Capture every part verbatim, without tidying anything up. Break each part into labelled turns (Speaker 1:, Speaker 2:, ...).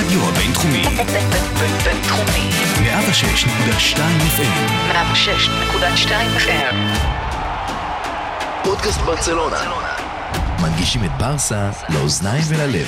Speaker 1: הרדיו הבינתחומי.
Speaker 2: בינתחומי.
Speaker 1: מאה ושש נקודה שתיים אף אם.
Speaker 2: מאה ושש נקודה שתיים אף אם.
Speaker 1: פודקאסט ברצלונה. מנגישים את ברסה לאוזניים וללב.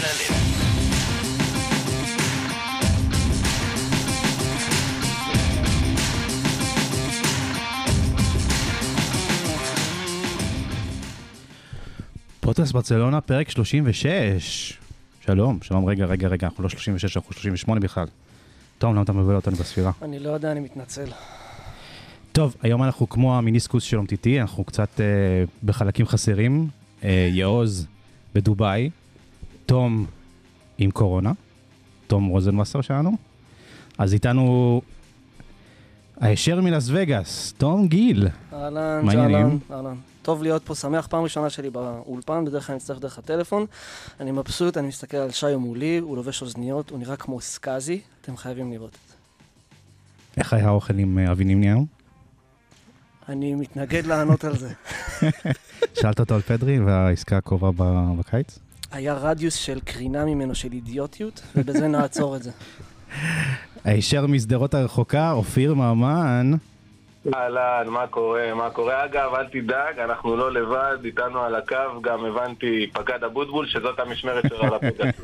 Speaker 3: פודקאסט ברצלונה, פרק שלושים ושש. שלום, שלום, רגע, רגע, רגע, אנחנו לא שלושים ושש, אנחנו שלושים ושמונה בכלל. תום, למה אתה מביא אותנו בספירה?
Speaker 4: אני לא יודע, אני מתנצל.
Speaker 3: טוב, היום אנחנו כמו המיניסקוס של אומטיטי, אנחנו קצת אה, בחלקים חסרים. אה, יעוז בדוביי, תום עם קורונה, תום רוזנווסר שלנו. אז איתנו הישר מלאס וגאס, תום גיל.
Speaker 4: אהלן, אהלן, אהלן. טוב להיות פה, שמח, פעם ראשונה שלי באולפן, בדרך כלל אני אצטרך דרך הטלפון. אני מבסוט, אני מסתכל על שי מולי, הוא לובש אוזניות, הוא נראה כמו סקאזי, אתם חייבים לראות את זה.
Speaker 3: איך היה האוכל עם אבינים ניהו?
Speaker 4: אני מתנגד לענות על זה.
Speaker 3: שאלת אותו על פדרי והעסקה הקרובה בקיץ?
Speaker 4: היה רדיוס של קרינה ממנו של אידיוטיות, ובזה נעצור את זה.
Speaker 3: הישר מסדרות הרחוקה, אופיר מאמן.
Speaker 5: אהלן, מה קורה? מה קורה? אגב, אל תדאג, אנחנו לא לבד, איתנו על הקו, גם הבנתי פקד הבוטבול, שזאת המשמרת שלו על הפודקאסט.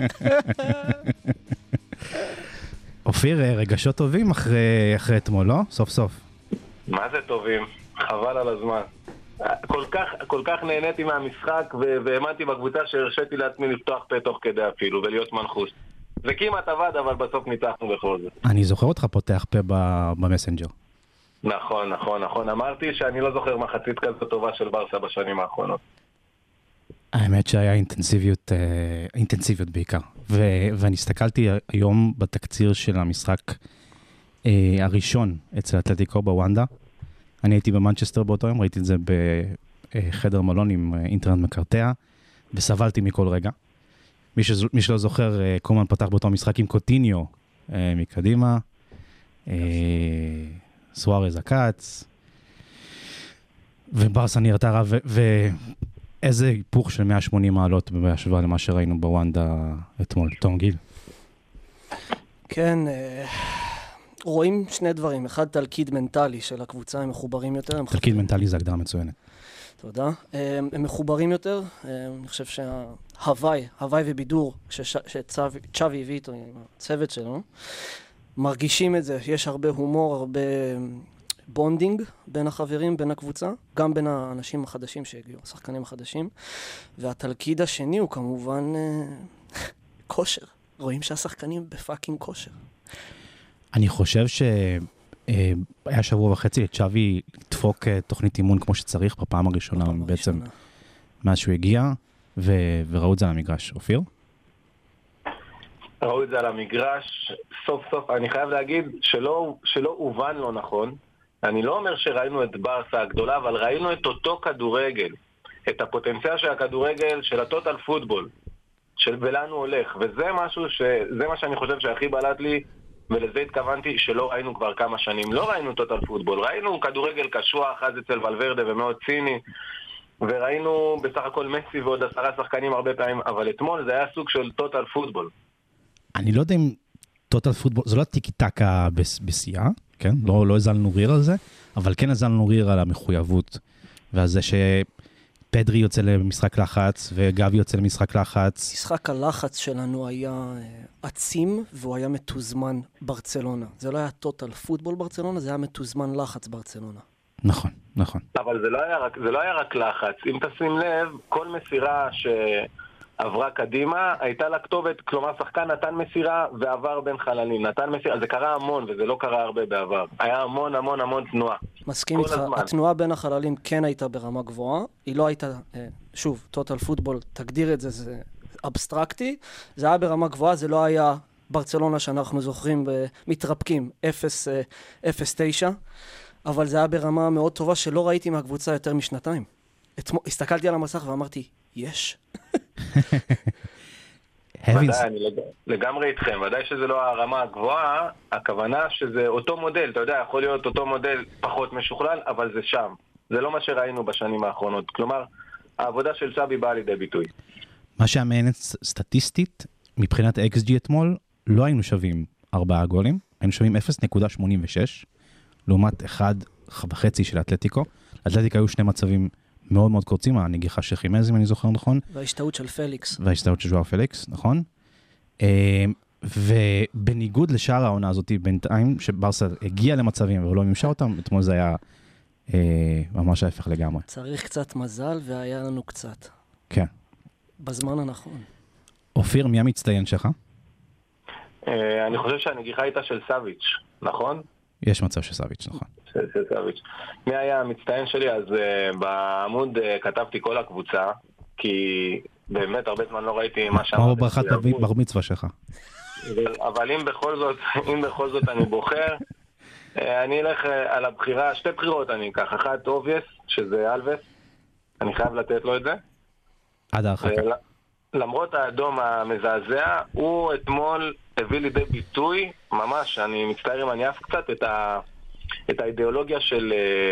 Speaker 3: אופיר, רגשות טובים אחרי, אחרי אתמול, לא? סוף סוף.
Speaker 5: מה זה טובים? חבל על הזמן. כל כך, כל כך נהניתי מהמשחק, והאמנתי בקבוצה שהרשיתי לעצמי לפתוח פה תוך כדי אפילו, ולהיות מנחוס. זה כמעט עבד, אבל בסוף ניצחנו בכל זאת.
Speaker 3: אני זוכר אותך פותח פה במסנג'ר.
Speaker 5: נכון, נכון, נכון. אמרתי שאני לא זוכר מחצית כזו טובה של ברסה בשנים האחרונות.
Speaker 3: האמת שהיה אינטנסיביות, אינטנסיביות בעיקר. ו- ואני הסתכלתי היום בתקציר של המשחק אה, הראשון אצל אתלטיקו בוונדה. אני הייתי במנצ'סטר באותו יום, ראיתי את זה בחדר מלון עם אינטרנט מקרטע, וסבלתי מכל רגע. מי, ש- מי שלא זוכר, קומן פתח באותו משחק עם קוטיניו אה, מקדימה. אה, סוארז הקץ, וברסה נראתה רע, ואיזה היפוך של מאה ושמונים מעלות בהשוואה למה שראינו בוונדה אתמול. תום גיל.
Speaker 4: כן, רואים שני דברים. אחד, תלכיד מנטלי של הקבוצה, הם מחוברים יותר.
Speaker 3: תלכיד מנטלי זה הגדרה מצוינת.
Speaker 4: תודה. הם מחוברים יותר. אני חושב שההוואי, הוואי ובידור, שצ'אבי הביא איתו עם הצוות שלו, מרגישים את זה, יש הרבה הומור, הרבה בונדינג בין החברים, בין הקבוצה, גם בין האנשים החדשים שהגיעו, השחקנים החדשים, והתלכיד השני הוא כמובן כושר. רואים שהשחקנים בפאקינג כושר.
Speaker 3: אני חושב שהיה שבוע וחצי לצ'אבי לדפוק תוכנית אימון כמו שצריך בפעם הראשונה, בעצם מאז שהוא הגיע, וראו את זה על המגרש. אופיר?
Speaker 5: ראו את זה על המגרש, סוף סוף, אני חייב להגיד שלא, שלא הובן לא נכון. אני לא אומר שראינו את ברסה הגדולה, אבל ראינו את אותו כדורגל, את הפוטנציאל של הכדורגל, של הטוטל פוטבול, של ולנו הולך, וזה משהו ש... זה מה שאני חושב שהכי בלט לי, ולזה התכוונתי שלא ראינו כבר כמה שנים. לא ראינו טוטל פוטבול, ראינו כדורגל קשוח, אז אצל ולוורדה ומאוד ציני, וראינו בסך הכל מסי ועוד עשרה שחקנים הרבה פעמים, אבל אתמול זה היה סוג של טוטל פוטבול.
Speaker 3: אני לא יודע אם טוטל פוטבול, זה לא טיקי-טקה בשיאה, כן? לא, לא הזלנו ריר על זה, אבל כן הזלנו ריר על המחויבות, ועל זה שפדרי יוצא למשחק לחץ, וגבי יוצא למשחק לחץ.
Speaker 4: משחק הלחץ שלנו היה עצים, והוא היה מתוזמן ברצלונה. זה לא היה טוטל פוטבול ברצלונה, זה היה מתוזמן לחץ ברצלונה.
Speaker 3: נכון, נכון.
Speaker 5: אבל זה לא היה רק, זה לא היה רק לחץ. אם תשים לב, כל מסירה ש... עברה קדימה, הייתה לה כתובת, כלומר שחקן נתן מסירה ועבר בין חללים, נתן מסירה, זה קרה המון וזה לא קרה הרבה בעבר, היה המון המון המון תנועה.
Speaker 4: מסכים איתך, התנועה בין החללים כן הייתה ברמה גבוהה, היא לא הייתה, שוב, טוטל פוטבול, תגדיר את זה, זה אבסטרקטי, זה היה ברמה גבוהה, זה לא היה ברצלונה שאנחנו זוכרים מתרפקים, אפס תשע, אבל זה היה ברמה מאוד טובה שלא ראיתי מהקבוצה יותר משנתיים. הסתכלתי על המסך ואמרתי, יש.
Speaker 5: ודאי, אני לגמרי איתכם, ודאי שזה לא הרמה הגבוהה, הכוונה שזה אותו מודל, אתה יודע, יכול להיות אותו מודל פחות משוכלל, אבל זה שם. זה לא מה שראינו בשנים האחרונות. כלומר, העבודה של צ'אבי באה לידי ביטוי.
Speaker 3: מה שהמעניין סטטיסטית, מבחינת אקס ג'י אתמול, לא היינו שווים ארבעה גולים, היינו שווים אפס נקודה שמונים ושש, לעומת אחד וחצי של האתלטיקו. לאתלטיקו היו שני מצבים מאוד מאוד קורצים, הנגיחה של חימז, אם אני זוכר נכון.
Speaker 4: וההשתאות של פליקס.
Speaker 3: וההשתאות של ז'ואר פליקס, נכון. ובניגוד לשאר העונה הזאת, בינתיים שברסה הגיע למצבים ולא מימשה אותם, אתמול זה היה ממש ההפך לגמרי.
Speaker 4: צריך קצת מזל והיה לנו קצת.
Speaker 3: כן.
Speaker 4: בזמן הנכון.
Speaker 3: אופיר, מי המצטיין שלך?
Speaker 5: אני חושב שהנגיחה הייתה של סאביץ', נכון?
Speaker 3: יש מצב של סאביץ', נכון.
Speaker 5: של סאביץ'. מי היה המצטיין שלי? אז בעמוד כתבתי כל הקבוצה, כי באמת הרבה זמן לא ראיתי מה שאמרתי.
Speaker 3: כמו ברכת בר מצווה שלך.
Speaker 5: אבל אם בכל זאת, אם בכל זאת אני בוחר, אני אלך על הבחירה, שתי בחירות אני אקח. אחת אובייס, שזה אלווס, אני חייב לתת לו את זה.
Speaker 3: עד ההרחקה.
Speaker 5: למרות האדום המזעזע, הוא אתמול הביא לידי ביטוי, ממש, אני מצטער אם אני אף קצת, את, ה, את האידיאולוגיה של,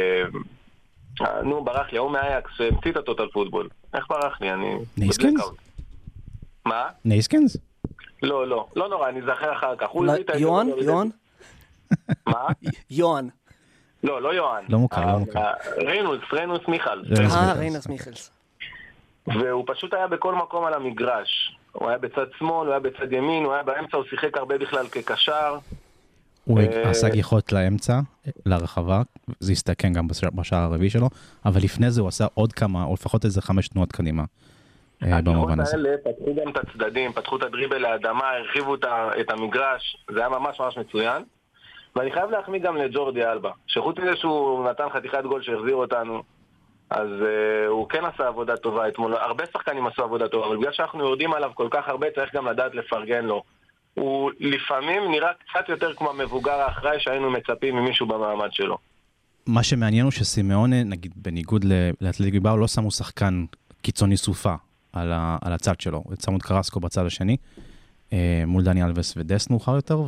Speaker 5: נו, ברח לי, הוא מאייקס, שהמציא את הטוטל פוטבול. איך ברח לי? אני...
Speaker 3: נייסקנס?
Speaker 5: מה?
Speaker 3: נייסקנס?
Speaker 5: לא, לא, לא נורא, אני זכר אחר כך.
Speaker 4: יואן? יואן?
Speaker 5: מה?
Speaker 4: יואן.
Speaker 5: לא, לא יואן.
Speaker 3: לא מוכר, לא מוכר.
Speaker 5: ריינוס, ריינוס מיכל.
Speaker 4: אה, ריינוס מיכלס.
Speaker 5: והוא פשוט היה בכל מקום על המגרש. הוא היה בצד שמאל, הוא היה בצד ימין, הוא היה באמצע, הוא שיחק הרבה בכלל כקשר.
Speaker 3: הוא עשה גיחות לאמצע, לרחבה, זה הסתכן גם בשער הרביעי שלו, אבל לפני זה הוא עשה עוד כמה, או לפחות איזה חמש תנועות קדימה.
Speaker 5: הגיחות האלה פתחו גם את הצדדים, פתחו את הדריבל לאדמה, הרחיבו את המגרש, זה היה ממש ממש מצוין. ואני חייב להחמיא גם לג'ורדי אלבה, שחוץ מזה שהוא נתן חתיכת גול שהחזיר אותנו, אז uh, הוא כן עשה עבודה טובה אתמול. הרבה שחקנים עשו עבודה טובה, אבל בגלל שאנחנו יורדים עליו כל כך הרבה, צריך גם לדעת לפרגן לו. הוא לפעמים נראה קצת יותר כמו המבוגר האחראי שהיינו מצפים ממישהו במעמד שלו.
Speaker 3: מה שמעניין הוא שסימאונה, נגיד בניגוד לאתלטיק בילבאו, לא שמו שחקן קיצוני סופה על, ה, על הצד שלו. שמו את קרסקו בצד השני, אה, מול דני אלווס ודס מאוחר יותר,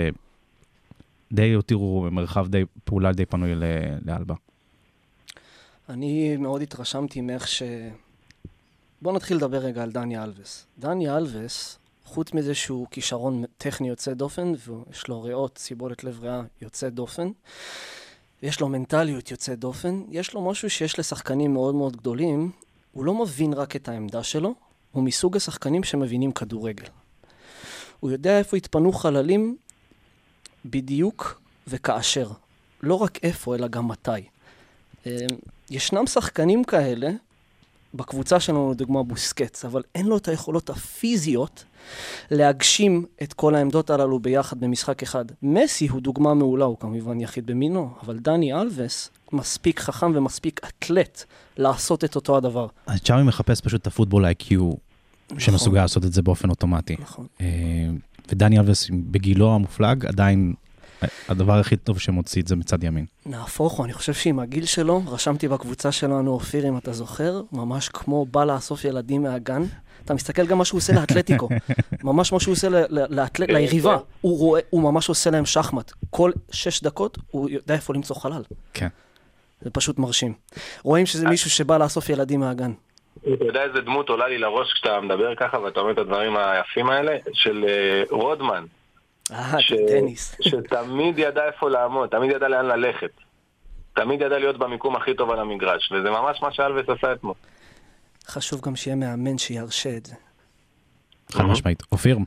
Speaker 3: ודי הותירו מרחב די, פעולה די פנוי לאלבה.
Speaker 4: אני מאוד התרשמתי מאיך ש... בוא נתחיל לדבר רגע על דני אלווס. דני אלווס, חוץ מזה שהוא כישרון טכני יוצא דופן, ויש לו ריאות, סיבולת לב ריאה יוצא דופן, יש לו מנטליות יוצא דופן, יש לו משהו שיש לשחקנים מאוד מאוד גדולים, הוא לא מבין רק את העמדה שלו, הוא מסוג השחקנים שמבינים כדורגל. הוא יודע איפה התפנו חללים בדיוק וכאשר. לא רק איפה, אלא גם מתי. ישנם שחקנים כאלה, בקבוצה שלנו לדוגמה בוסקץ, אבל אין לו את היכולות הפיזיות להגשים את כל העמדות הללו ביחד במשחק אחד. מסי הוא דוגמה מעולה, הוא כמובן יחיד במינו, אבל דני אלווס מספיק חכם ומספיק אתלט לעשות את אותו הדבר.
Speaker 3: אז צ'אמי מחפש פשוט את הפוטבול איי קיו, נכון. שמסוגל לעשות את זה באופן אוטומטי.
Speaker 4: נכון.
Speaker 3: ודני אלווס בגילו המופלג עדיין הדבר הכי טוב שמוציא את זה מצד ימין.
Speaker 4: נהפוך הוא, אני חושב שעם הגיל שלו, רשמתי בקבוצה שלנו, אופיר, אם אתה זוכר, ממש כמו בא לאסוף ילדים מהגן, אתה מסתכל גם מה שהוא עושה לאתלטיקו, ממש מה שהוא עושה ליריבה, הוא ממש עושה להם שחמט, כל שש דקות הוא יודע איפה למצוא חלל.
Speaker 3: כן.
Speaker 4: זה פשוט מרשים. רואים שזה מישהו שבא לאסוף ילדים מהגן.
Speaker 5: אתה יודע איזה דמות עולה לי לראש כשאתה מדבר ככה, ואתה אומר את הדברים היפים האלה, של רודמן.
Speaker 4: אה, טניס.
Speaker 5: שתמיד ידע איפה לעמוד, תמיד ידע לאן ללכת. תמיד ידע להיות במיקום הכי טוב על המגרש, וזה ממש מה שאלווס עשה אתמול.
Speaker 4: חשוב גם שיהיה מאמן שירשה את זה.
Speaker 3: חד משמעית. אופיר,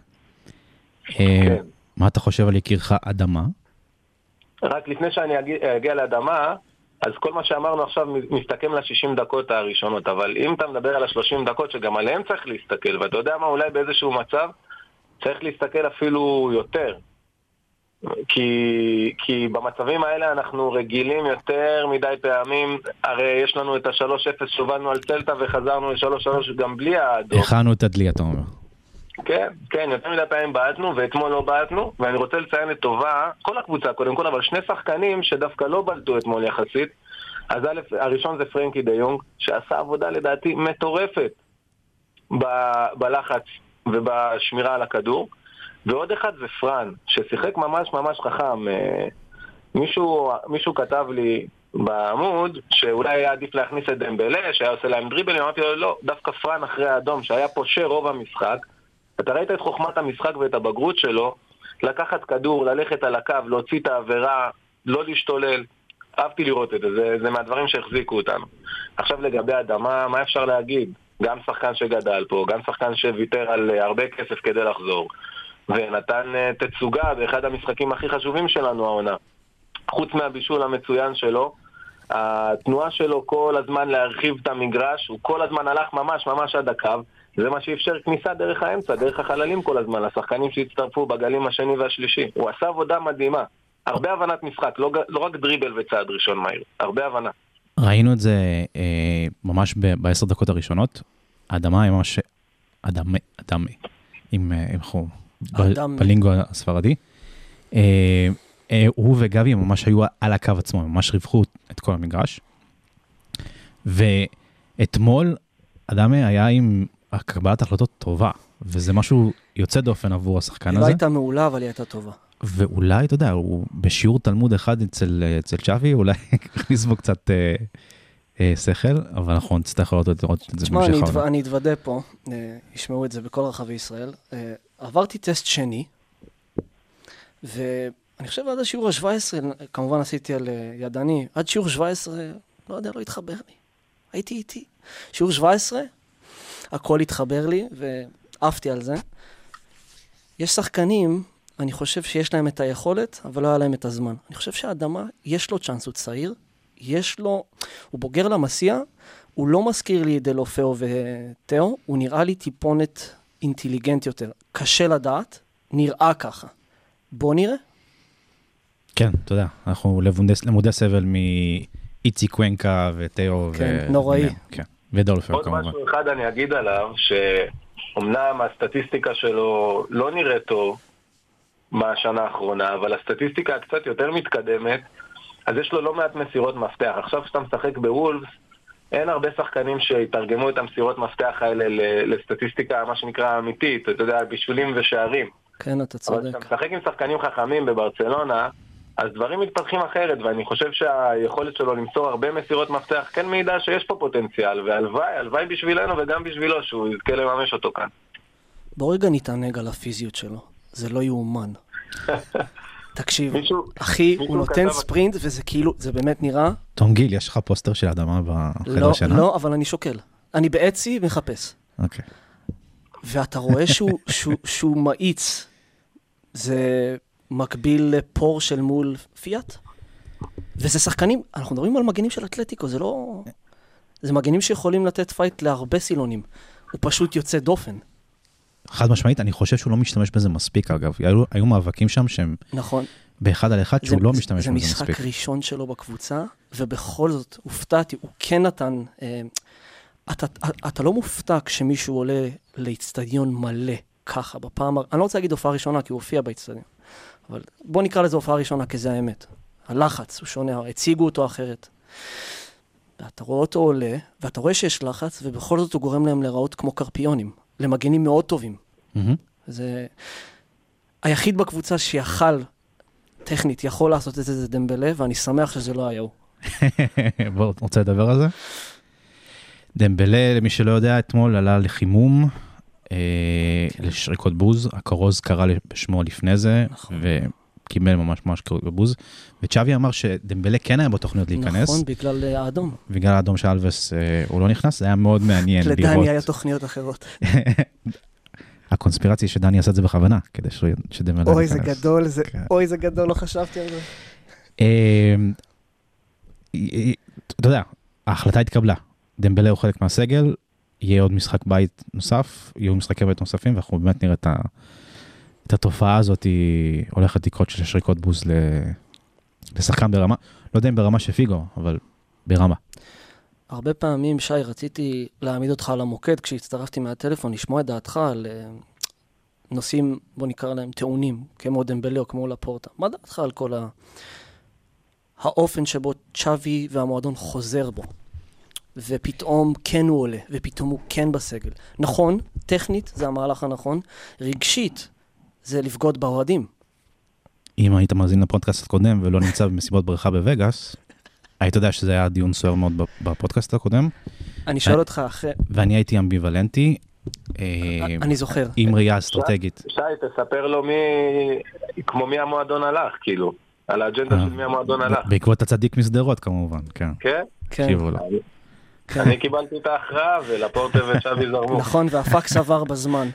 Speaker 3: מה אתה חושב על יקירך אדמה?
Speaker 5: רק לפני שאני אגיע לאדמה, אז כל מה שאמרנו עכשיו מסתכם ל-שישים דקות הראשונות, אבל אם אתה מדבר על ה-שלושים דקות שגם עליהם צריך להסתכל, ואתה יודע מה, אולי באיזשהו מצב צריך להסתכל אפילו יותר. כי, כי במצבים האלה אנחנו רגילים יותר מדי פעמים, הרי יש לנו את ה-שלוש אפס שהובלנו על צלטה וחזרנו ל-שלוש שלוש גם בלי האדום.
Speaker 3: הכנו את הדלי, אתה אומר. כן,
Speaker 5: כן, יותר מדי פעמים בעטנו ואתמול לא בעטנו, ואני רוצה לציין לטובה, כל הקבוצה קודם כל, אבל שני שחקנים שדווקא לא בלטו אתמול יחסית. אז א', הראשון זה פרנקי דה יונג, שעשה עבודה לדעתי מטורפת ב- בלחץ ובשמירה על הכדור, ועוד אחד זה פרן, ששיחק ממש ממש חכם. מישהו, מישהו כתב לי בעמוד שאולי היה עדיף להכניס את דמבלה, שהיה עושה להם דריבלים, אמרתי לו לא, דווקא פרן אחרי האדום, שהיה פושה רוב המשחק, אתה ראית את חוכמת המשחק ואת הבגרות שלו, לקחת כדור, ללכת על הקו, להוציא את העבירה, לא להשתולל. אהבתי לראות את זה, זה, זה מהדברים שהחזיקו אותנו. עכשיו לגבי אדמה, מה אפשר להגיד? גם שחקן שגדל פה, גם שחקן שוויתר על הרבה כסף כדי לחזור, ונתן תצוגה באחד המשחקים הכי חשובים שלנו העונה. חוץ מהבישול המצוין שלו, התנועה שלו כל הזמן להרחיב את המגרש, הוא כל הזמן הלך ממש ממש עד הקו, זה מה שאפשר כניסה דרך האמצע, דרך החללים כל הזמן, לשחקנים שהצטרפו בגלים השני והשלישי. הוא עשה עבודה מדהימה, הרבה הבנת משחק, לא, לא רק דריבל וצעד ראשון מהיר, הרבה הבנה.
Speaker 3: ראינו את זה אה, ממש ב- בעשר דקות הראשונות, האדמה היא ממש, אדמה, אדמה, עם, עם חום, ב- בלינגו הספרדי, אה, אה, הוא וגבי ממש היו על הקו עצמו, ממש ריווחו את כל המגרש, ואתמול אדמה היה עם קבלת החלטות טובה, וזה משהו יוצא דופן עבור השחקן הזה.
Speaker 4: היא לא הייתה מעולה, אבל היא הייתה טובה.
Speaker 3: ואולי, אתה יודע, הוא בשיעור תלמוד אחד אצל, אצל צ'אבי, אולי הכניס בו קצת אה, אה, שכל, אבל אנחנו נצטרך לראות את זה.
Speaker 4: תשמע, אני, התו, אני אתוודה פה, אה, ישמעו את זה בכל רחבי ישראל. אה, עברתי טסט שני, ואני חושב עד השיעור ה-שבע עשרה, כמובן עשיתי על ידני, עד שיעור שבע עשרה, לא יודע, לא התחבר לי. הייתי איתי. שיעור שבע עשרה, הכל התחבר לי, ואהבתי על זה. יש שחקנים, אני חושב שיש להם את היכולת, אבל לא היה להם את הזמן. אני חושב שהאדמה, יש לו צ'אנס, הוא צעיר, יש לו, הוא בוגר למסיע, הוא לא מזכיר לי דלופאו וטאו, הוא נראה לי טיפונת אינטליגנט יותר. קשה לדעת, נראה ככה. בוא נראה.
Speaker 3: כן, אתה יודע, אנחנו למודי סבל מאיצי קוונקה וטאו.
Speaker 4: כן, נוראי.
Speaker 3: כן, ודולפאו כמובן.
Speaker 5: עוד משהו אחד אני אגיד עליו, שאומנם הסטטיסטיקה שלו לא נראית טוב, מהשנה האחרונה, אבל הסטטיסטיקה קצת יותר מתקדמת, אז יש לו לא מעט מסירות מפתח. עכשיו שאתה משחק בוולפס, אין הרבה שחקנים שיתרגמו את המסירות מפתח האלה לסטטיסטיקה, מה שנקרא אמיתית, אתה יודע, בישולים ושערים.
Speaker 4: כן, אתה צודק.
Speaker 5: אבל כשאתה משחק עם שחקנים חכמים בברצלונה, אז דברים מתפתחים אחרת, ואני חושב שהיכולת שלו למסור הרבה מסירות מפתח כן מעידה שיש פה פוטנציאל, והלוואי, הלוואי בשבילנו וגם בשבילו, שהוא יזכה לממש אותו כאן.
Speaker 4: בוא רגע נתענג על הפיזיות שלו. זה לא יאומן. תקשיב, אחי, הוא נותן ספרינט, וזה כאילו, זה באמת נראה...
Speaker 3: תום גיל, יש לך פוסטר של האדמה בחדר שנה?
Speaker 4: לא, אבל אני שוקל. אני בעצי מחפש.
Speaker 3: אוקיי.
Speaker 4: ואתה רואה שהוא מאיץ. זה מקביל לפור של מול פיאט. וזה שחקנים, אנחנו מדברים על מגנים של אתלטיקו, זה לא... זה מגנים שיכולים לתת פייט להרבה סילונים. הוא פשוט יוצא דופן.
Speaker 3: חד משמעית, אני חושב שהוא לא משתמש בזה מספיק, אגב. היו, היו מאבקים שם שהם...
Speaker 4: נכון.
Speaker 3: באחד על אחד, שהוא זה, לא משתמש בזה מספיק.
Speaker 4: זה משחק ראשון שלו בקבוצה, ובכל זאת, הופתעתי, הוא כן נתן... אה, אתה, אתה לא מופתע כשמישהו עולה לאצטדיון מלא, ככה, בפעם... אני לא רוצה להגיד הופעה ראשונה, כי הוא הופיע באצטדיון. אבל בוא נקרא לזה הופעה ראשונה, כי זה האמת. הלחץ הוא שונה, הציגו אותו אחרת. ואתה רואה אותו עולה, ואתה רואה שיש לחץ, ובכל זאת הוא גורם להם לראות כמו קרפיונים. למגנים מאוד טובים. Mm-hmm. זה היחיד בקבוצה שיכל, טכנית, יכול לעשות את זה, זה דמבלה, ואני שמח שזה לא היה הוא.
Speaker 3: בוא, רוצה לדבר על זה? דמבלה, למי שלא יודע, אתמול עלה לחימום, אה, לשריקות בוז, הקרוז קרא בשמו לפני זה, נכון. וקיבל ממש ממש קריקות בוז, וצ'אבי אמר שדמבלה כן היה בתוכניות להיכנס.
Speaker 4: נכון, בגלל האדום.
Speaker 3: בגלל האדום שאלווס אה, הוא לא נכנס, זה היה מאוד מעניין לראות.
Speaker 4: לדני היה תוכניות אחרות.
Speaker 3: הקונספירציה שדני עשה את זה בכוונה, כדי שדמבלה
Speaker 4: אוי, זה גדול, אוי, זה גדול, לא חשבתי על זה.
Speaker 3: אתה יודע, ההחלטה התקבלה. דמבלה הוא חלק מהסגל, יהיה עוד משחק בית נוסף, יהיו משחקי בית נוספים, ואנחנו באמת נראה את התופעה הזאת, היא הולכת לקרות של שריקות בוז לשחקן ברמה, לא יודע אם ברמה שפיגו, אבל ברמה.
Speaker 4: הרבה פעמים, שי, רציתי להעמיד אותך על המוקד, כשהצטרפתי מהטלפון, לשמוע את דעתך על נושאים, בוא נקרא להם, טעונים, כמו דמבלה או כמו לפורטה. מה דעתך על כל ה... האופן שבו צ'אבי והמועדון חוזר בו? ופתאום כן הוא עולה, ופתאום הוא כן בסגל. נכון, טכנית זה המהלך הנכון, רגשית זה לפגוד באוהדים.
Speaker 3: אם היית מאזין לפודקאסט הקודם ולא נמצא במסיבות בריכה בווגאס, היית יודע שזה היה דיון סוער מאוד בפודקאסט הקודם.
Speaker 4: אני שואל אותך אחרי...
Speaker 3: ואני הייתי אמביוולנטי,
Speaker 4: אני זוכר.
Speaker 3: עם ראייה אסטרטגית.
Speaker 5: שי, תספר לו מי, כמו מי המועדון הלך, כאילו, על האג'נדה של מי המועדון הלך.
Speaker 3: בעקבות הצדיק מסדרות, כמובן, כן.
Speaker 5: כן?
Speaker 3: תקשיבו לו.
Speaker 5: אני קיבלתי את ההכרעה, ולפורטה וצ'אבי זרמו.
Speaker 4: נכון, והפקס עבר בזמן.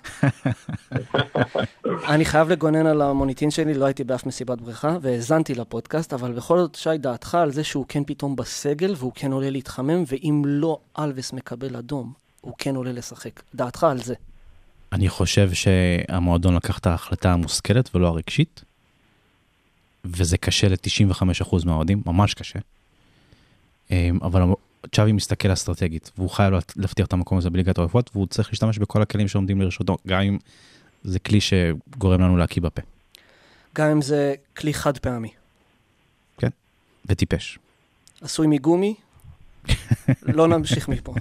Speaker 4: אני חייב לגונן על המוניטין שלי, לא הייתי באף מסיבת בריכה, והזנתי לפודקאסט, אבל בכל זאת, שי, דעתך על זה שהוא כן פתאום בסגל, והוא כן עולה להתחמם, ואם לא אלווס מקבל אדום, הוא כן עולה לשחק. דעתך על זה.
Speaker 3: אני חושב שהמועדון לקח את ההחלטה המושכלת ולא הרגשית, וזה קשה ל-תשעים וחמישה אחוז מהאוהדים, ממש קשה. אבל צ'אבי מסתכל אסטרטגית, והוא חייב להבטיח את המקום הזה בליגת האלופות, והוא צריך להשתמש בכל הכלים שעומדים לרשותו, גם אם זה כלי שגורם לנו להקיא בפה.
Speaker 4: גם אם זה כלי חד פעמי.
Speaker 3: כן, וטיפש.
Speaker 4: עשוי מגומי, לא נמשיך מפה.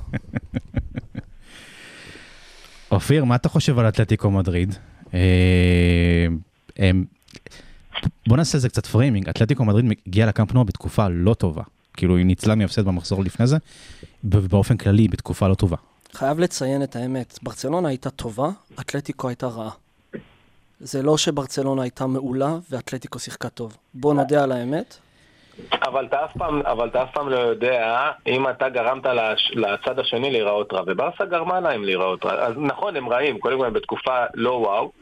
Speaker 3: אופיר, מה אתה חושב על אתלטיקו מדריד? בוא נעשה זה קצת פריימינג. אתלטיקו מדריד הגיע לקאמפ נו בתקופה לא טובה. כאילו היא ניצלה מהפסד במחזור לפני זה, ובאופן כללי בתקופה לא טובה.
Speaker 4: חייב לציין את האמת. ברצלונה הייתה טובה, אתלטיקו הייתה רעה. זה לא שברצלונה הייתה מעולה, ואתלטיקו שיחקה טוב. בוא נודה על האמת.
Speaker 5: אבל אתה אף פעם, אבל אתה אף פעם לא יודע אם אתה גרמת לצד השני להיראות רע, וברסה גרמה להם להיראות רע. אז נכון, הם רעים, קודם כל הם בתקופה לא וואו.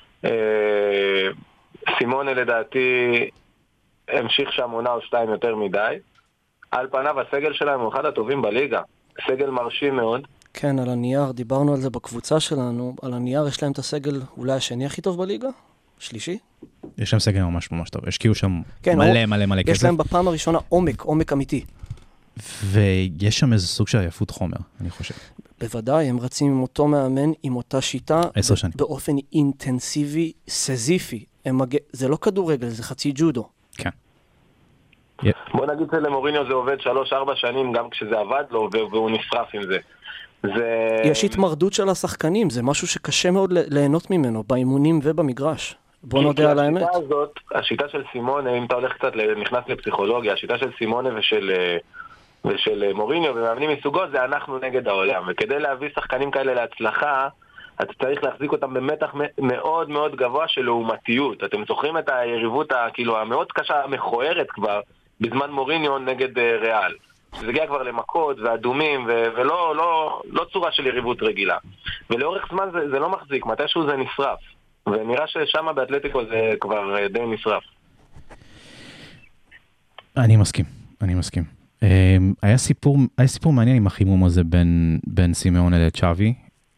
Speaker 5: סימונה לדעתי המשיך שם עונה או שתיים יותר מדי. על פניו הסגל שלהם הוא אחד הטובים בליגה. סגל מרשים מאוד.
Speaker 4: כן, על הנייר, דיברנו על זה בקבוצה שלנו. על הנייר יש להם את הסגל אולי השני הכי טוב בליגה? שלישי?
Speaker 3: יש להם סגל ממש ממש טוב. השקיעו שם
Speaker 4: כן,
Speaker 3: מלא מלא מלא כסף.
Speaker 4: יש להם בפעם הראשונה עומק, עומק אמיתי.
Speaker 3: ויש שם איזה סוג של עייפות חומר, אני חושב.
Speaker 4: בוודאי, הם רצים עם אותו מאמן, עם אותה שיטה.
Speaker 3: עשר שנים.
Speaker 4: באופן אינטנסיבי, סזיפי. מג... זה לא כדורגל, זה חצי ג'ודו.
Speaker 3: כן.
Speaker 5: בוא נגיד שלמוריניו זה עובד שלוש ארבע שנים, גם כשזה עבד לו, והוא נשרף עם זה. זה...
Speaker 4: יש התמרדות של השחקנים, זה משהו שקשה מאוד ליהנות ממנו, באימונים ובמגרש. בוא נודה על האמת.
Speaker 5: השיטה הזאת, השיטה של סימונה, אם אתה הולך קצת, נכנס לפסיכולוגיה, השיטה של סימונה ושל, ושל מוריניו ומאמנים מסוגו, זה אנחנו נגד העולם. וכדי להביא שחקנים כאלה להצלחה, אתה צריך להחזיק אותם במתח מאוד מאוד גבוה של לעומתיות. אתם זוכרים את היריבות כאילו, המאוד קשה, המכוערת כבר, בזמן מוריניו נגד ריאל. זה הגיע כבר למכות ואדומים, ו- ולא לא, לא צורה של יריבות רגילה. ולאורך זמן זה, זה לא מחזיק, מתישהו זה נשרף. ונראה ששם באתלטיקו זה כבר די נשרף. אני
Speaker 3: מסכים, אני מסכים. היה סיפור, היה סיפור מעניין עם החימום הזה בין, בין סימאונה לצ'אבי.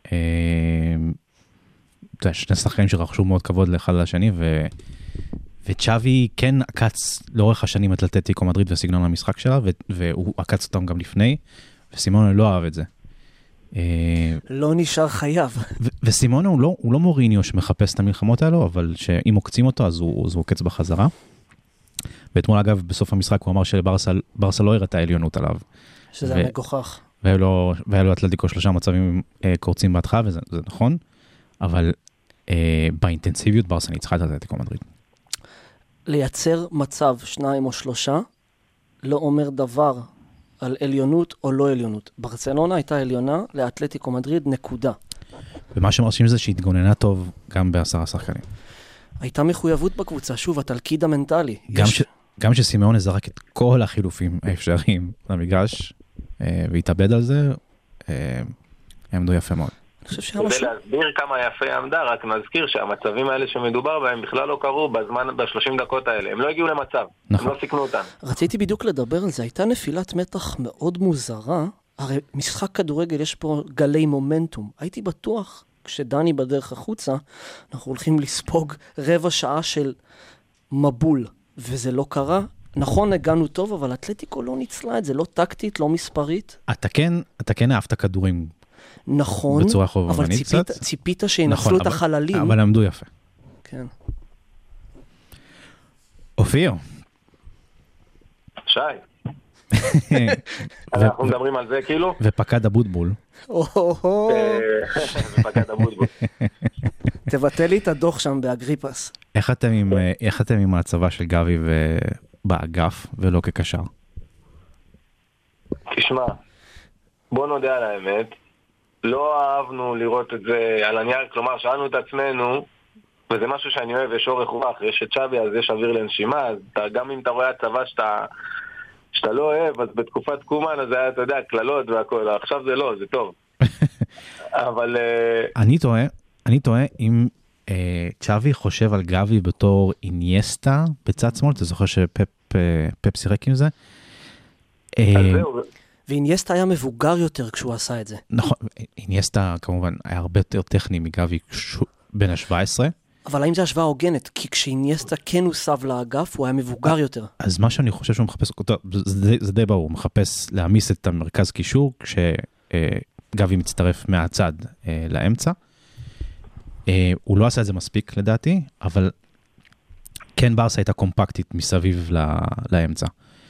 Speaker 3: שני שחקנים שרכשו מאוד כבוד לאחד לשני, ו... וצ'אבי כן עקץ לאורך השנים את אתלטיקו מדריד וסגנון המשחק שלה, והוא עקץ אותם גם לפני, וסימונה לא אהב את זה.
Speaker 4: לא נשאר חייב.
Speaker 3: וסימונה הוא לא, הוא לא מוריניו שמחפש את המלחמות האלו, אבל שאם עוקצים אותו, אז הוא, אז הוא עוקץ בחזרה. ואתמול אגב, בסוף המשחק הוא אמר שלברסה לא הראתה עליונות עליו.
Speaker 4: שזה ו... מגוחך.
Speaker 3: והיה לו, והיה לו אתלטיקו שלושה מצבים אה, קורצים בהתחלה, וזה זה נכון, אבל אה, באינטנסיביות ברסה ניצחה את אתלטיקו מדריד.
Speaker 4: לייצר מצב שניים או שלושה, לא אומר דבר על עליונות או לא עליונות. ברצלונה הייתה עליונה לאתלטיקו מדריד, נקודה.
Speaker 3: ומה שמרשים זה שהתגוננה טוב גם בעשרה שחקנים.
Speaker 4: הייתה מחויבות בקבוצה, שוב, התלכיד המנטלי.
Speaker 3: גם,
Speaker 4: יש...
Speaker 3: ש... גם שסימאונה זרק את כל החילופים האפשריים למגרש, אה, והתאבד על זה, אה, עמדו יפה מאוד.
Speaker 5: כדי להסביר כמה יפה עמדה, רק נזכיר שהמצבים האלה שמדובר בהם בכלל לא קרו בזמן, ב-שלושים דקות האלה. הם לא הגיעו למצב, נכון. הם לא סיכנו אותם.
Speaker 4: רציתי בדיוק לדבר על זה, הייתה נפילת מתח מאוד מוזרה, הרי משחק כדורגל יש פה גלי מומנטום. הייתי בטוח, כשדני בדרך החוצה, אנחנו הולכים לספוג רבע שעה של מבול, וזה לא קרה. נכון, הגענו טוב, אבל אתלטיקו לא ניצלה את זה, לא טקטית, לא מספרית.
Speaker 3: אתה כן, אתה כן אהבת כדורים.
Speaker 4: נכון, אבל ציפית, ציפית שינצלו נכון, את אבל, החללים.
Speaker 3: אבל עמדו יפה.
Speaker 4: כן.
Speaker 3: אופיר.
Speaker 5: שי. אנחנו מדברים על זה כאילו?
Speaker 3: ופקד הבוטבול.
Speaker 5: ופקד הבוטבול.
Speaker 4: תבטל לי את הדוח שם באגריפס.
Speaker 3: איך אתם עם, איך אתם עם הצבא של גבי באגף ולא כקשר?
Speaker 5: תשמע, בוא נודה על האמת. לא אהבנו לראות את זה על הנייר, כלומר, שאלנו את עצמנו, וזה משהו שאני אוהב, יש אורך רוח, יש את צ'אבי, אז יש אוויר לנשימה, אז אתה, גם אם אתה רואה הצבא שאתה, שאתה לא אוהב, אז בתקופת קומן, אז היה, אתה יודע, כללות והכל, עכשיו זה לא, זה טוב. אבל...
Speaker 3: אני טועה, אני טועה, אם אה, צ'אבי חושב על גבי בתור אינייסטה בצד שמאל, אתה זוכר שפפ אה, פפ שיחק עם זה?
Speaker 5: אה, אז זהו.
Speaker 4: ואינייסטה היה מבוגר יותר כשהוא עשה את זה.
Speaker 3: נכון, אינייסטה כמובן היה הרבה יותר טכני מגבי בין ה-שבע עשרה.
Speaker 4: אבל האם זה השוואה הוגנת? כי כשאינייסטה כן הוסב לאגף, הוא היה מבוגר יותר.
Speaker 3: אז מה שאני חושב שהוא מחפש, זה, זה די ברור, הוא מחפש להעמיס את המרכז קישור, כשגבי מצטרף מהצד לאמצע. הוא לא עשה את זה מספיק לדעתי, אבל כן ברסה הייתה קומפקטית מסביב לאמצע.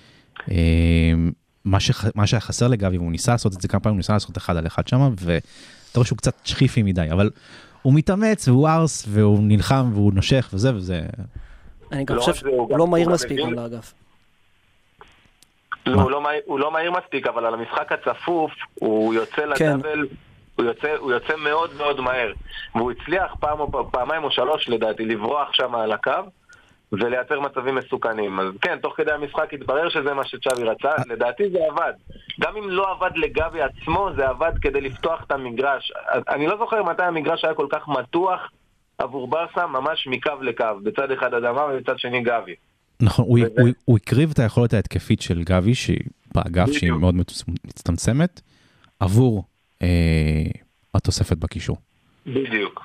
Speaker 3: מה, שח, מה שהיה חסר לגבי, והוא ניסה לעשות את זה כמה פעמים, הוא ניסה לעשות אחד על אחד שם, ואתה רואה שהוא קצת שחיפי מדי, אבל הוא מתאמץ והוא ארס, והוא נלחם והוא נושך וזה וזה.
Speaker 4: אני גם חושב שהוא לא מהיר מספיק גם לאגף.
Speaker 5: הוא לא מהיר מספיק, אבל על המשחק הצפוף, הוא יוצא לדאבל, הוא יוצא מאוד מאוד מהר. והוא הצליח פעמיים או שלוש לדעתי, לברוח שם על הקו, ולייצר מצבים מסוכנים. אז כן, תוך כדי המשחק התברר שזה מה שצ'אבי רצה, לדעתי זה עבד. גם אם לא עבד לגבי עצמו, זה עבד כדי לפתוח את המגרש. אני לא זוכר מתי המגרש היה כל כך מתוח עבור ברסה, ממש מקו לקו, בצד אחד אדמה ובצד שני גבי.
Speaker 3: נכון, הוא, הוא, הוא הקריב את היכולת ההתקפית של גבי, שהיא באגף, בדיוק. שהיא מאוד מצטמצמת, עבור אה, התוספת בקישור.
Speaker 5: בדיוק.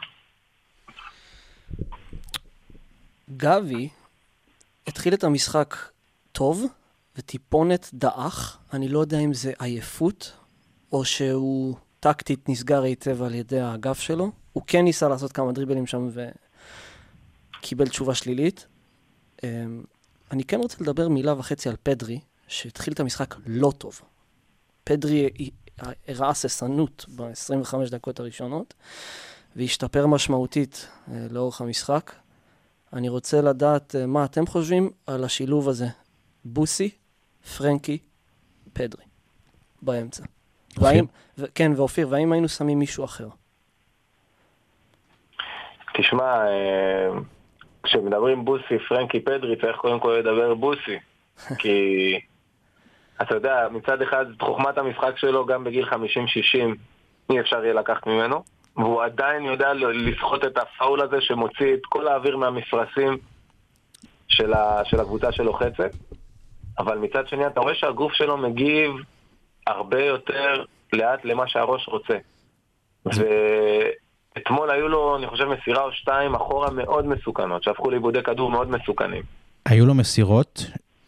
Speaker 4: גבי התחיל את המשחק טוב וטיפונת דאח, אני לא יודע אם זה עייפות או שהוא טקטית נסגר היטב על ידי האגף שלו. הוא כן ניסה לעשות כמה דריבלים שם וקיבל תשובה שלילית. אני כן רוצה לדבר מילה וחצי על פדרי, שהתחיל את המשחק לא טוב. פדרי הראה ססנות ב-עשרים וחמש דקות הראשונות והשתפר משמעותית לאורך המשחק. אני רוצה לדעת מה אתם חושבים על השילוב הזה. בוסי, פרנקי, פדרי. באמצע. והאם, ו- כן, ואופיר, והאם היינו שמים מישהו אחר?
Speaker 5: תשמע, כשמדברים בוסי, פרנקי, פדרי, צריך קודם כל לדבר בוסי. כי, אתה יודע, מצד אחד, חוכמת המשחק שלו, גם בגיל חמישים שישים, אי אפשר יהיה לקחת ממנו. והוא עדיין יודע לסחוט את הפאול הזה שמוציא את כל האוויר מהמפרשים של, ה, של הקבוצה שלוחצת. אבל מצד שני אתה רואה שהגוף שלו מגיב הרבה יותר לאט למה שהראש רוצה. ואתמול היו לו, אני חושב, מסירה או שתיים אחורה מאוד מסוכנות, שהפכו לאיבודי כדור מאוד מסוכנים. היו
Speaker 3: לו מסירות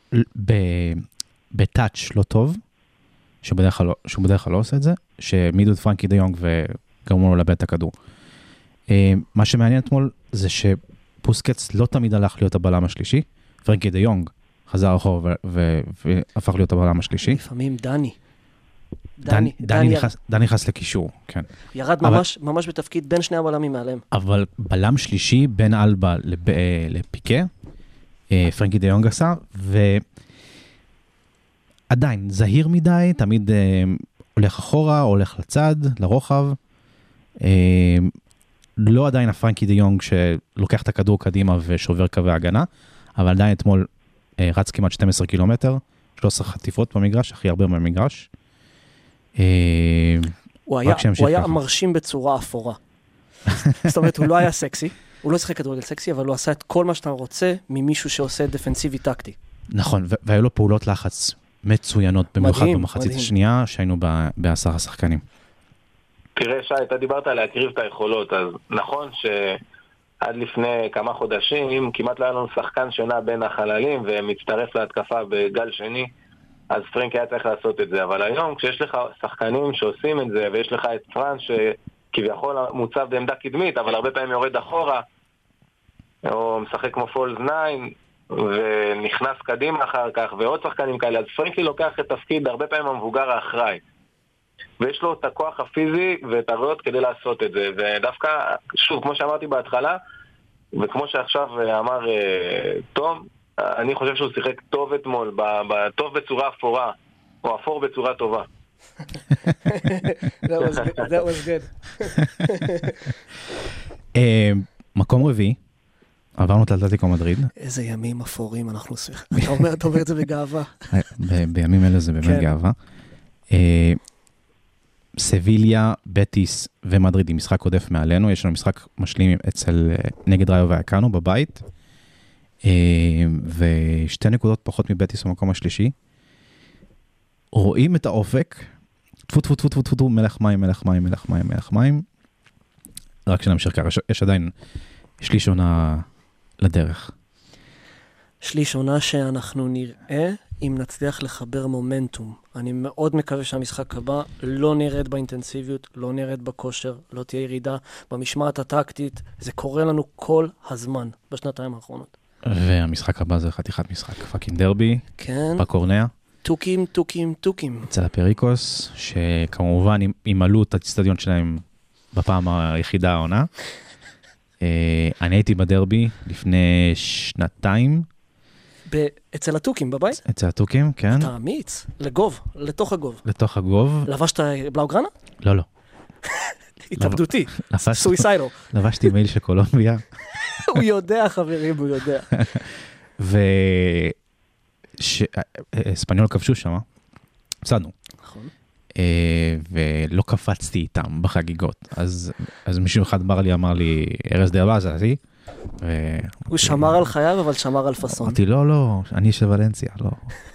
Speaker 3: בטאץ' לא טוב, שבדרך כלל לא, שהוא בדרך כלל לא עושה את זה, שמידו את פרנקי דה יונג ו... גרמו לו לאבד את הכדור. מה שמעניין אתמול זה שפוסקץ לא תמיד הלך להיות הבלם השלישי, פרנקי דה יונג חזר אחור והפך להיות הבלם השלישי.
Speaker 4: לפעמים דני.
Speaker 3: דני, דני נכנס, דני נכנס לקישור, כן.
Speaker 4: ירד ממש, ממש בתפקיד בין שני הבלמים מעליהם.
Speaker 3: אבל בלם שלישי בין אלבה לפיקה, פרנקי דה יונג עשה, ועדיין, זהיר מדי, תמיד הולך אחורה, הולך לצד, לרוחב, לא עדיין הפרנקי דה יונג שלוקח את הכדור קדימה ושובר קווי הגנה, אבל עדיין אתמול רץ כמעט שנים עשר קילומטר, שלוש עשרה חטיפות במגרש, הכי הרבה במגרש.
Speaker 4: הוא היה, הוא היה מרשים בצורה אפורה. זאת אומרת, הוא לא היה סקסי, הוא לא שחק כדורגל סקסי, אבל הוא עשה את כל מה שאתה רוצה ממישהו שעושה דפנסיבי טקטי.
Speaker 3: נכון, והיו לו פעולות לחץ מצוינות, במיוחד במחצית השנייה, שהיינו בעשר השחקנים.
Speaker 5: תראה, שי, אתה דיברת על להקריב את היכולות, אז נכון שעד לפני כמה חודשים, כמעט לא היה לנו שחקן שונה בין החללים, ומצטרף להתקפה בגל שני, אז פרנק היה צריך לעשות את זה. אבל היום, כשיש לך שחקנים שעושים את זה, ויש לך את פרנס שכביכול מוצב בעמדה קדמית, אבל הרבה פעמים יורד אחורה, או משחק כמו פולס ניין, ונכנס קדימה אחר כך, ועוד שחקנים כאלה, אז פרנקי לוקח את תפקיד הרבה פעמים המבוגר האחראי. ויש לו את הכוח הפיזי ואת הריאות כדי לעשות את זה. ודווקא, שוב, כמו שאמרתי בהתחלה, וכמו שעכשיו אמר תום, אני חושב שהוא שיחק טוב אתמול, טוב בצורה אפורה, או אפור בצורה טובה.
Speaker 4: That was good. That was good.
Speaker 3: מקום רביעי, עברנו את אתלטיקו מדריד.
Speaker 4: איזה ימים אפורים אנחנו שמחים. אתה אומר, אתה אומר את זה בגאווה.
Speaker 3: בימים אלה זה באמת גאווה. סביליה, בטיס ומדריד עם משחק עודף מעלינו. יש לנו משחק משלים אצל נגד ראיו ויקאנו בבית. ושתי נקודות פחות מבטיס במקום השלישי. רואים את האופק. טפו טפו טפו טפו טפו, מלך מים, מלך מים, מלך מים, מלך מים. רק שנמשיך ככה, יש עדיין שליש עונה לדרך.
Speaker 4: שליש עונה שאנחנו נראה אם נצליח לחבר מומנטום. אני מאוד מקווה שהמשחק הבא לא נרד באינטנסיביות, לא נרד בכושר, לא תהיה ירידה במשמעת הטקטית. זה קורה לנו כל הזמן בשנתיים האחרונות.
Speaker 3: והמשחק הבא זה חתיכת משחק. פאקינג דרבי,
Speaker 4: כן.
Speaker 3: בקורניה.
Speaker 4: טוקים, טוקים, טוקים.
Speaker 3: אצל הפריקוס, שכמובן ימלאו את האצטדיון שלהם בפעם היחידה העונה. אני הייתי בדרבי לפני שנתיים.
Speaker 4: אצל הטוקים בבית?
Speaker 3: אצל הטוקים, כן.
Speaker 4: אתה אמיץ, לגוב, לתוך הגוב.
Speaker 3: לתוך הגוב.
Speaker 4: לבשת בלאוגרנה?
Speaker 3: לא, לא.
Speaker 4: התאבדותי, סויסיידו.
Speaker 3: לבשתי מייל של קולומביה.
Speaker 4: הוא יודע, חברים, הוא יודע.
Speaker 3: וספניול כבשו שם, הפסדנו.
Speaker 4: נכון.
Speaker 3: ולא קפצתי איתם בחגיגות. אז מישהו אחד אמר לי, אמר לי, ארז דרבז, עזי.
Speaker 4: הוא שמר על חייו, אבל שמר על פסון.
Speaker 3: אמרתי, לא, לא, אני של ולנסיה, לא.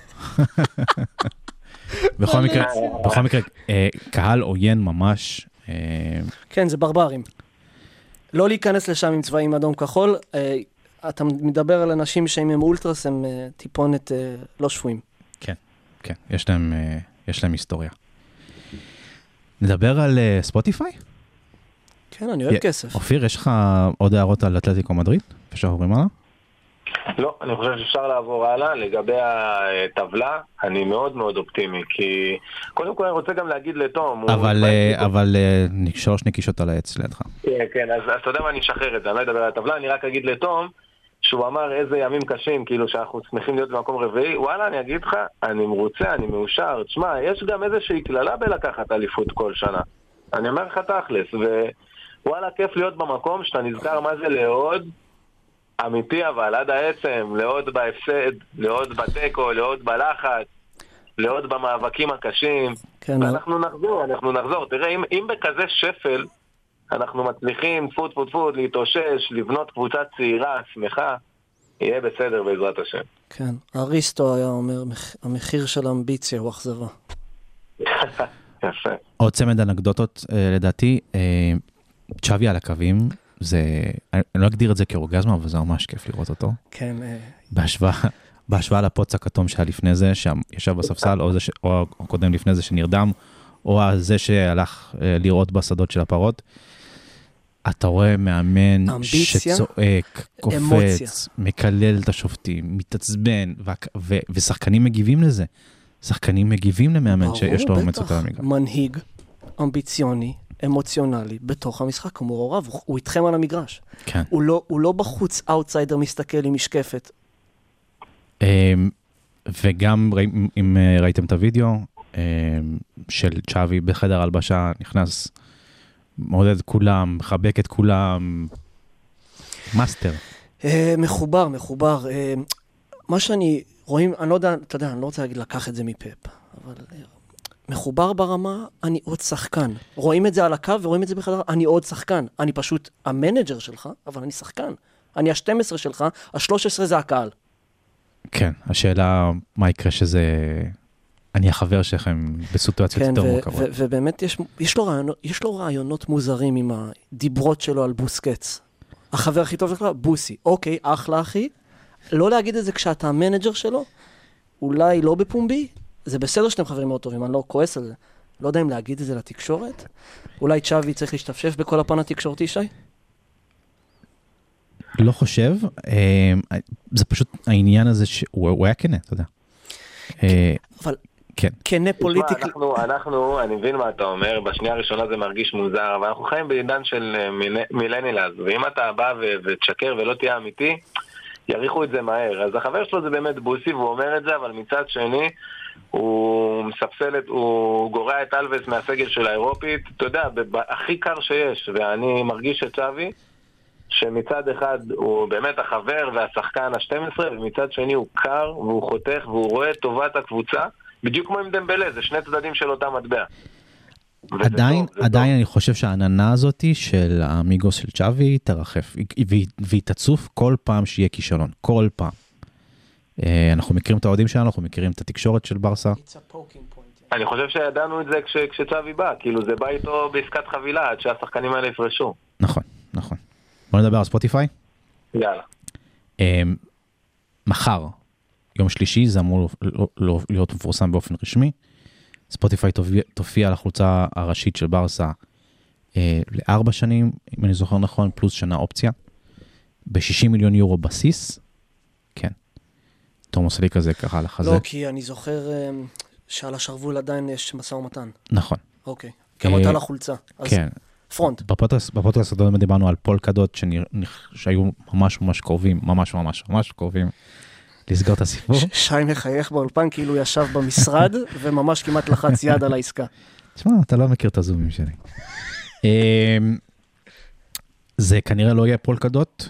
Speaker 3: בכל מקרה, בכל מקרה, קהל עוין ממש.
Speaker 4: כן, זה ברברים. לא להיכנס לשם עם צבעים אדום כחול. אתה מדבר על אנשים שהם עם אולטרס, הם טיפונת לא שפויים. כן,
Speaker 3: כן, יש להם, יש להם היסטוריה. נדבר על ספוטיפיי?
Speaker 4: כן, אני אוהב כסף.
Speaker 3: אופיר, יש לך עוד הערות על אתלטיקו מדריד? אפשר עוברים הלאה?
Speaker 5: לא, אני חושב שאפשר לעבור הלאה. לגבי הטבלה, אני מאוד מאוד אופטימי, כי קודם כל אני רוצה גם להגיד לתום.
Speaker 3: אבל, אבל שלוש נקישות על העץ לידך.
Speaker 5: כן, כן, אז אתה יודע מה, אני אשחרר את זה, אני לא אדבר על הטבלה, אני רק אגיד לתום, שהוא אמר איזה ימים קשים, כאילו שאנחנו שמחים להיות במקום רביעי. וואלה, אני אגיד לך, אני מרוצה, אני מאושר. תשמע, יש גם איזושהי כללה בלקחת אליפות כל שנה. אני אומר לך תכלס, ווואלה, כיף להיות במקום שאתה נזכר מה זה לעוד אמיתי, אבל עד העצם, לעוד בהפסד, לעוד בטקו, לעוד בלחץ, לעוד במאבקים הקשים. כן, ואנחנו נחזור, אנחנו נחזור. תראה, אם, אם בכזה שפל, אנחנו מצליחים, פוט פוט פוט, להתאושש, לבנות קבוצה צעירה, שמחה, יהיה בסדר בעזרת השם.
Speaker 4: כן, אריסטו היה אומר, המחיר של האמביציה הוא אכזבה.
Speaker 5: יפה.
Speaker 3: עוד צמד אנקדוטות, לדעתי, צ'אבי על הקווים, זה, אני לא אגדיר את זה כאורגזמה, אבל זה ממש כיף לראות אותו.
Speaker 4: כן.
Speaker 3: בהשוואה, בהשוואה לפוץ הכתום שהיה לפני זה, שישב בספסל, או, זה ש, או קודם לפני זה שנרדם, או זה שהלך לראות בשדות של הפרות. אתה רואה מאמן
Speaker 4: אמביציה,
Speaker 3: שצועק, קופץ,
Speaker 4: אמוציה.
Speaker 3: מקלל את השופטים, מתעצבן, ו- ו- ושחקנים מגיבים לזה. שחקנים מגיבים למאמן שיש לו אומץ יותר מגע.
Speaker 4: מנהיג אמביציוני, אמוציונלי, בתוך המשחק, הוא מעורב, הוא, הוא איתכם על המגרש.
Speaker 3: כן.
Speaker 4: הוא לא, הוא לא בחוץ, אאוטסיידר מסתכל עם משקפת.
Speaker 3: וגם, אם ראיתם את הוידאו, של צ'אבי בחדר הלבשה, נכנס, מעודד כולם, מחבק את כולם, מאסטר.
Speaker 4: מחובר, מחובר. מה שאני רואים, אני לא יודע, אתה יודע, אני לא רוצה להגיד לקח את זה מפאפ, אבל מחובר ברמה, אני עוד שחקן. רואים את זה על הקו ורואים את זה בחדר, אני עוד שחקן. אני פשוט המנג'ר שלך, אבל אני שחקן. אני ה-שתים עשרה שלך, ה-שלוש עשרה זה הקהל.
Speaker 3: כן, השאלה מה יקרה שזה... אני החבר שלכם בסיטואציות יותר מורכבות.
Speaker 4: כן, ובאמת יש, יש, לו רעיונות, יש לו רעיונות מוזרים עם הדיברות שלו על בוסקץ. החבר הכי טוב שלך, בוסי. אוקיי, אחלה אחי. לא להגיד את זה כשאתה המנג'ר שלו, אולי לא בפומבי, זה בסדר שאתם חברים מאוד טובים, אני לא כועס על זה. לא יודע אם להגיד את זה לתקשורת. אולי צ'אבי צריך להשתפשף בכל הפן התקשורתי, שי?
Speaker 3: לא חושב. זה פשוט העניין הזה שהוא היה כנה, אתה יודע.
Speaker 4: אבל
Speaker 3: כן.
Speaker 4: כנה פוליטיקלי.
Speaker 5: אנחנו, אנחנו, אני מבין מה אתה אומר, בשנייה הראשונה זה מרגיש מוזר, אבל אנחנו חיים בעידן של מילניאלס, ואם אתה בא ותשקר ולא תהיה אמיתי, יריחו את זה מהר. אז החבר שלו זה באמת בוסי, והוא אומר את זה, אבל מצד שני, הוא הוא מספסל, הוא גורע את אלווס מהסגל של האירופית, אתה יודע, הכי קר שיש, ואני מרגיש שצ'אבי, שמצד אחד הוא באמת החבר והשחקן ה-שתים עשרה, ומצד שני הוא קר והוא חותך והוא רואה את טובת הקבוצה, בדיוק כמו עם דמבלה, זה שני צדדים של אותה מטבע.
Speaker 6: עדיין, עדיין אני חושב שהעננה הזאת של האמיגוס של צ'אבי תרחף, והיא תצוף כל פעם שיהיה כישלון, כל פעם. אנחנו מכירים את האוהדים שלנו, אנחנו מכירים את התקשורת של ברסה.
Speaker 5: אני חושב שידענו את זה כשצ'אבי בא, כאילו זה בא איתו בעסקת חבילה, עד שהשחקנים האלה יפרשו.
Speaker 6: נכון, נכון. בוא נדבר על ספוטיפיי.
Speaker 5: יאללה.
Speaker 6: מחר, יום שלישי, זה אמור להיות מפורסם באופן רשמי. ספוטיפיי תופיע על החולצה הראשית של ברסה לארבע שנים, אם אני זוכר נכון, פלוס שנה אופציה. ב-שישים מיליון יורו בסיס. כן. תומוס לי כזה ככה על החזה.
Speaker 4: לא, כי אני זוכר שעל השרוול עדיין יש משא ומתן.
Speaker 6: נכון.
Speaker 4: אוקיי. גם אותה לחולצה.
Speaker 6: כן.
Speaker 4: פרונט.
Speaker 6: בפודקאסט הקודם דיברנו על פולקדות שהיו ממש ממש קרובים, ממש ממש ממש קרובים לסגור את הסיפור.
Speaker 4: שי מחייך באולפן כאילו ישב במשרד וממש כמעט לחץ יד על העסקה.
Speaker 6: תשמע, אתה לא מכיר את הזומים שלי. זה כנראה לא יהיה פולקדות.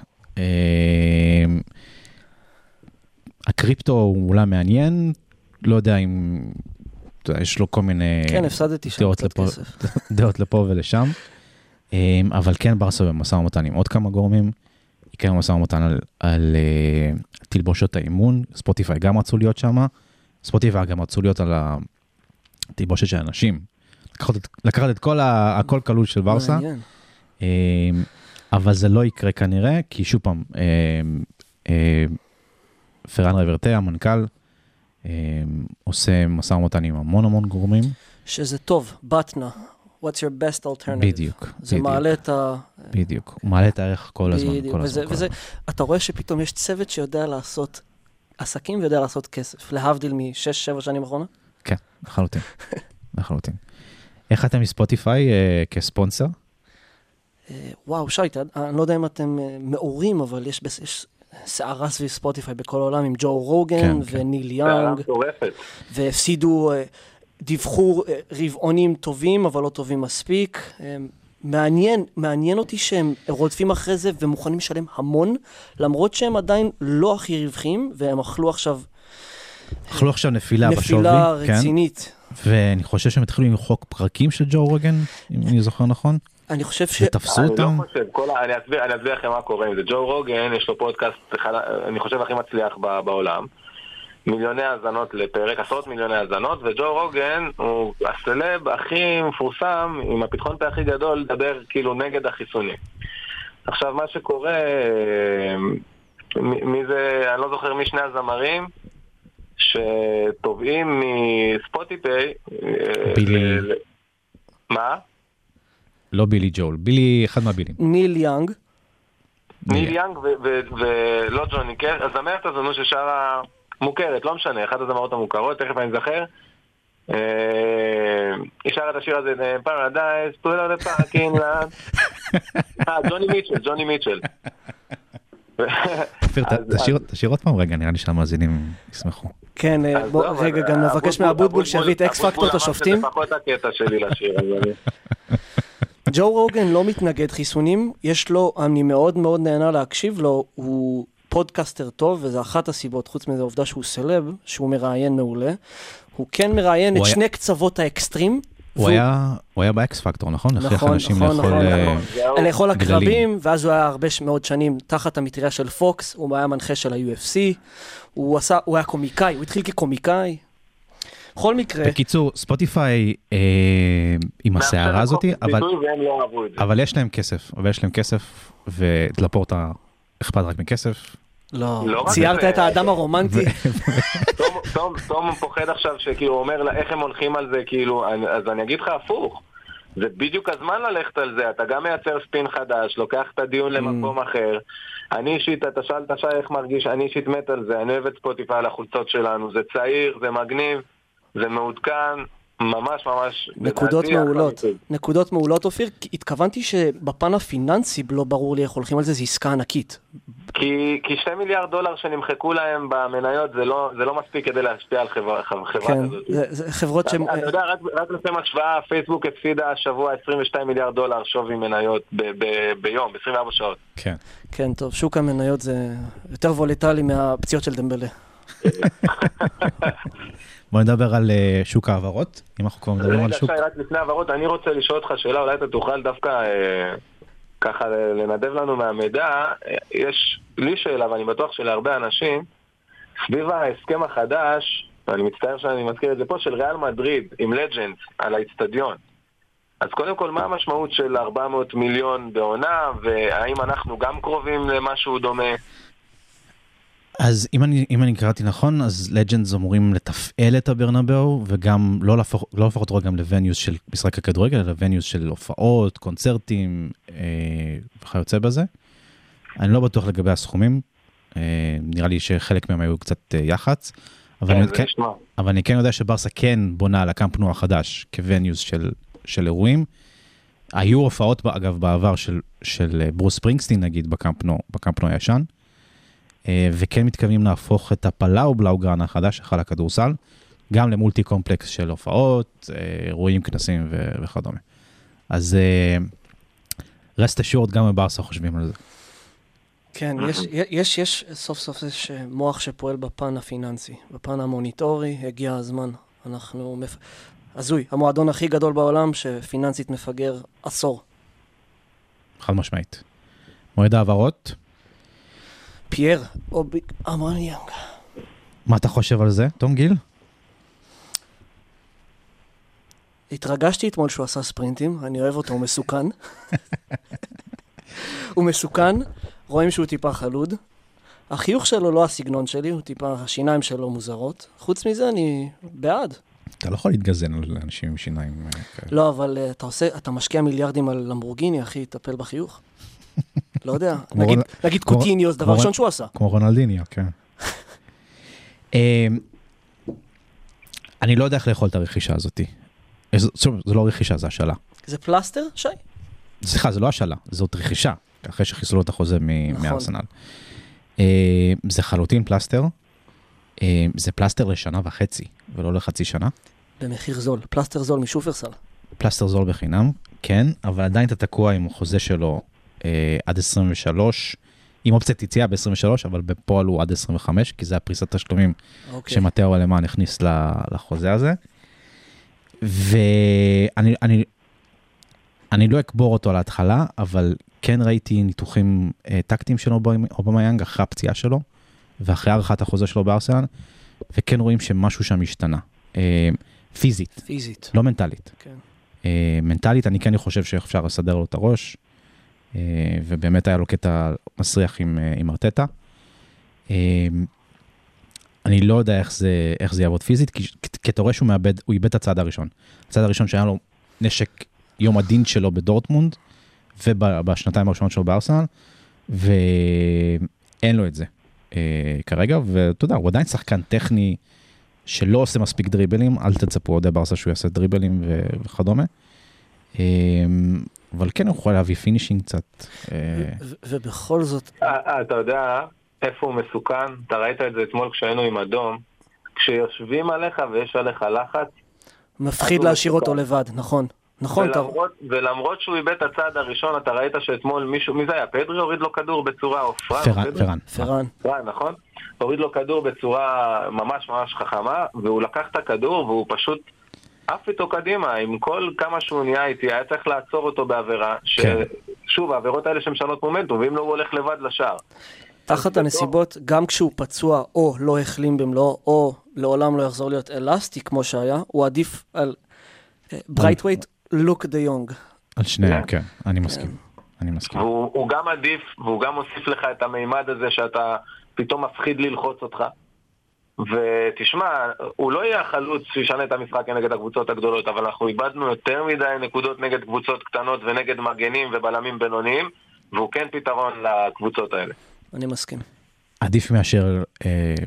Speaker 6: הקריפטו הוא אולי מעניין, לא יודע אם יש לו כל מיני
Speaker 4: כן, הפסדתי שם קצת כסף.
Speaker 6: דעות לפה ולשם. אבל כן, ברסה במשא ומתן עם עוד כמה גורמים, יקיים משא ומתן על, על uh, תלבושות האימון, ספוטיפיי גם רצו להיות שם, ספוטיפיי גם רצו להיות על התלבושת של אנשים, לקחת את, לקחת את כל ה, הכל כלול של ברסה, um, אבל זה לא יקרה כנראה, כי שוב פעם, um, um, פרן ריברטה, המנכ"ל, um, עושה משא ומתן עם המון המון גורמים.
Speaker 4: שזה טוב, בטנה. What's your best alternative?
Speaker 6: בדיוק.
Speaker 4: זה מעלה את ה...
Speaker 6: בדיוק. הוא מעלה את הערך כל הזמן.
Speaker 4: בדיוק. וזה, וזה, אתה רואה שפתאום יש צוות שיודע לעשות עסקים ויודע לעשות כסף. להבדיל משש, שבע שנים האחרונה?
Speaker 6: כן, לחלוטין. לחלוטין. איך אתם מספוטיפיי אה, כספונסר?
Speaker 4: אה, וואו, שי, אני לא יודע אם אתם אה, מאורים, אבל יש, יש שערה סביב ספוטיפיי בכל העולם עם ג'ו רוגן כן, וניל כן. יאנג. והפסידו... אה, דיווחו רבעונים טובים, אבל לא טובים מספיק. מעניין, מעניין אותי שהם רודפים אחרי זה ומוכנים לשלם המון, למרות שהם עדיין לא הכי רווחים, והם אכלו עכשיו...
Speaker 6: אכלו עכשיו נפילה בשווי.
Speaker 4: נפילה רצינית.
Speaker 6: כן. ואני חושב שהם התחילו עם חוק פרקים של ג'ו רוגן, אם אני זוכר נכון.
Speaker 4: אני חושב ש...
Speaker 6: ותפסו אותם.
Speaker 5: אני לא חושב, כל ה... אני אסביר, אני אסביר לכם מה קורה עם זה. ג'ו רוגן, יש לו פודקאסט, אני חושב הכי מצליח בעולם. מיליוני האזנות לפרק, עשרות מיליוני האזנות, וג'ו רוגן הוא הסלב הכי מפורסם, עם הפתחון פה הכי גדול, לדבר כאילו נגד החיסונים. עכשיו, מה שקורה, מי זה, אני לא זוכר מי שני הזמרים, שטובעים מספוטיפיי.
Speaker 6: בילי.
Speaker 5: מה?
Speaker 6: לא בילי ג'ול, בילי, אחד מהבילים.
Speaker 4: ניל יאנג.
Speaker 5: ניל יאנג ולא ג'וני קר, הזמרת הזו ששרה... מוכרת, לא משנה, אחת הזמרות המוכרות, תכף אני זכר. היא שרה את השיר הזה, פרדייס, פולו לפאקינג לאן. אה, ג'וני מיטשל, ג'וני מיטשל.
Speaker 6: אופיר, תשאיר עוד פעם רגע, נראה לי שהמאזינים ישמחו.
Speaker 4: כן, בוא, רגע, גם נבקש מהבוטבול שיביא את אקס פקטור את השופטים.
Speaker 5: זה לפחות הקטע שלי לשיר הזה.
Speaker 4: ג'ו רוגן לא מתנגד חיסונים, יש לו, אני מאוד מאוד נהנה להקשיב לו, הוא... פודקאסטר טוב, וזו אחת הסיבות, חוץ מזה העובדה שהוא סלב, שהוא מראיין מעולה. הוא כן מראיין את שני קצוות האקסטרים.
Speaker 6: הוא היה באקס פקטור, נכון?
Speaker 4: נכון, נכון, נכון. לאכול הקרבים, ואז הוא היה הרבה מאוד שנים תחת המטריה של פוקס, הוא היה מנחה של ה-יו אף סי, הוא היה קומיקאי, הוא התחיל כקומיקאי. בכל מקרה...
Speaker 6: בקיצור, ספוטיפיי עם הסערה הזאת, אבל יש להם כסף, אבל יש להם כסף, ולפורטה אכפת רק מכסף.
Speaker 4: לא, ציירת את האדם הרומנטי.
Speaker 5: תום פוחד עכשיו שכאילו אומר לה איך הם הולכים על זה, כאילו, אז אני אגיד לך הפוך. זה בדיוק הזמן ללכת על זה, אתה גם מייצר ספין חדש, לוקח את הדיון למקום אחר. אני אישית, אתה שאלת שי איך מרגיש, אני אישית מת על זה, אני אוהב את ספוטיפיי על החולצות שלנו, זה צעיר, זה מגניב, זה מעודכן, ממש ממש...
Speaker 4: נקודות
Speaker 5: לדעתי,
Speaker 4: מעולות.
Speaker 5: אחלה מיתוג.
Speaker 4: נקודות מעולות, אופיר. כי התכוונתי שבפן הפיננסי לא ברור לי איך הולכים על זה, זה עסקה ענקית.
Speaker 5: כי, כי שני מיליארד דולר שנמחקו להם במניות זה לא, זה לא מספיק כדי להשפיע על חברה, חברה
Speaker 4: כן,
Speaker 5: כזאת.
Speaker 4: זה, זה חברות ש...
Speaker 5: אתה יודע, רק, רק לשם השוואה, פייסבוק הפסידה השבוע עשרים ושניים מיליארד דולר שווי מניות ב, ב, ביום, ב-עשרים וארבע שעות.
Speaker 6: כן.
Speaker 4: כן, טוב, שוק המניות זה יותר וולטלי מהפציעות של דמבלה.
Speaker 6: בוא נדבר על uh, שוק העברות, אם אנחנו כבר מדברים על שוק.
Speaker 5: רגע, שי, רק לפני העברות, אני רוצה לשאול אותך שאלה, אולי אתה תוכל דווקא אה, ככה לנדב לנו מהמידע. יש לי שאלה, ואני בטוח שלהרבה אנשים, סביב ההסכם החדש, ואני מצטער שאני מזכיר את זה פה, של ריאל מדריד עם לג'נדס על האצטדיון. אז קודם כל, מה המשמעות של ארבע מאות מיליון בעונה, והאם אנחנו גם קרובים למשהו דומה?
Speaker 6: אז אם אני, אם אני קראתי נכון, אז לג'נדס אמורים לתפעל את הברנבאו, וגם לא להפוך, לא להפוך אותו גם לווניוס של משחק הכדורגל, אלא לווניוס של הופעות, קונצרטים, אה, וכיוצא בזה. אני לא בטוח לגבי הסכומים, אה, נראה לי שחלק מהם היו קצת אה, יח"צ, אבל, אני, כן, אבל אני כן יודע שברסה כן בונה על הקאמפ נו החדש, כווניוס של, של אירועים. היו הופעות, אגב, בעבר של, של ברוס ספרינגסטין, נגיד, בקאמפ נו, בקאמפ נו הישן, וכן מתכוונים להפוך את הפלאו בלאוגרן החדש, החל הכדורסל, גם למולטי קומפלקס של הופעות, אירועים, כנסים וכדומה. אז רסט אשורט גם בברסה חושבים על זה.
Speaker 4: כן, יש, יש, יש סוף סוף יש מוח שפועל בפן הפיננסי, בפן המוניטורי, הגיע הזמן. אנחנו, מפ... הזוי, המועדון הכי גדול בעולם שפיננסית מפגר עשור.
Speaker 6: חד משמעית. מועד העברות?
Speaker 4: פייר, או אובמיאנג.
Speaker 6: מה אתה חושב על זה, תום גיל?
Speaker 4: התרגשתי אתמול שהוא עשה ספרינטים, אני אוהב אותו, הוא מסוכן. הוא מסוכן, רואים שהוא טיפה חלוד. החיוך שלו לא הסגנון שלי, הוא טיפה, השיניים שלו מוזרות. חוץ מזה אני בעד.
Speaker 6: אתה לא יכול להתגזן על אנשים עם שיניים כאלה.
Speaker 4: לא, אבל uh, אתה עושה, אתה משקיע מיליארדים על למבורגיני, אחי, תטפל בחיוך. לא יודע, נגיד, נגיד קוטיניוס, דבר ראשון שהוא עשה.
Speaker 6: כמו רונלדיניו, כן. אני לא יודע איך לאכול את הרכישה הזאת. זה לא רכישה, זה השאלה.
Speaker 4: זה פלסטר, שי?
Speaker 6: סליחה, זה לא השאלה, זאת רכישה, אחרי שחיסלו את החוזה מארסנל. זה חלוטין פלסטר, זה פלסטר לשנה וחצי, ולא לחצי שנה.
Speaker 4: במחיר זול, פלסטר זול משופרסל.
Speaker 6: פלסטר זול בחינם, כן, אבל עדיין אתה תקוע עם החוזה שלו עד עשרים ושלוש, עם אופציית יציאה ב-עשרים ושלוש, אבל בפועל הוא עד עשרים וחמש, כי זה הפריסת תשלומים שמטאו אלמן הכניס לחוזה הזה. ואני אני, אני לא אקבור אותו על ההתחלה, אבל כן ראיתי ניתוחים טקטיים של אובמיאנג אחרי הפציעה שלו, ואחרי הערכת החוזה שלו בארסנל, וכן רואים שמשהו שם השתנה. פיזית.
Speaker 4: פיזית.
Speaker 6: לא מנטלית.
Speaker 4: כן.
Speaker 6: מנטלית, אני כן חושב שאפשר לסדר לו את הראש, ובאמת היה לו קטע מסריח עם, עם ארטטה. אני לא יודע איך זה, איך זה יעבוד פיזית, כי, כי אתה רואה שהוא מאבד, הוא איבד את הצעד הראשון. הצעד הראשון שהיה לו נשק יום הדין שלו בדורטמונד, ובשנתיים הראשונות שלו בארסנל, ואין לו את זה אה, כרגע, ואתה יודע, הוא עדיין שחקן טכני, שלא עושה מספיק דריבלים, אל תצפו עוד ברסה שהוא יעשה דריבלים ו- וכדומה. אה, אבל כן הוא יכול להביא פינישינג קצת. אה...
Speaker 4: ו- ובכל זאת...
Speaker 5: אתה יודע איפה הוא מסוכן? אתה ראית את זה אתמול כשהיינו עם אדום, כשיושבים עליך ויש עליך לחץ.
Speaker 4: מפחיד להשאיר אותו לבד, נכון. נכון,
Speaker 5: ולמרות, אתה... ולמרות שהוא איבד את הצעד הראשון, אתה ראית שאתמול מישהו, מי זה היה? פדרי הוריד לו כדור בצורה, או פרן?
Speaker 6: פרן, פרן.
Speaker 4: פרן.
Speaker 5: פרן, נכון? הוריד לו כדור בצורה ממש ממש חכמה, והוא לקח את הכדור והוא פשוט עף איתו קדימה, עם כל כמה שהוא נהיה איתי, היה צריך לעצור אותו בעבירה, ששוב, העבירות האלה שמשנות מומנטום, ואם לא הוא הולך לבד לשער.
Speaker 4: תחת הנסיבות, גם כשהוא פצוע או לא החלים במלוא, או לעולם לא יחזור להיות אלסטי כמו שהיה, הוא עדיף על ברייטווייט לוק דה יונג.
Speaker 6: על שניהם, כן, אני מסכים. אני מסכים.
Speaker 5: הוא גם עדיף, והוא גם מוסיף לך את המימד הזה שאתה פתאום מפחיד ללחוץ אותך. ותשמע, הוא לא יהיה החלוץ שישנה את המשחק נגד הקבוצות הגדולות, אבל אנחנו איבדנו יותר מדי נקודות נגד קבוצות קטנות ונגד מגנים ובלמים בינוניים, והוא כן פתרון לקבוצות האלה.
Speaker 4: אני מסכים.
Speaker 6: עדיף מאשר אה,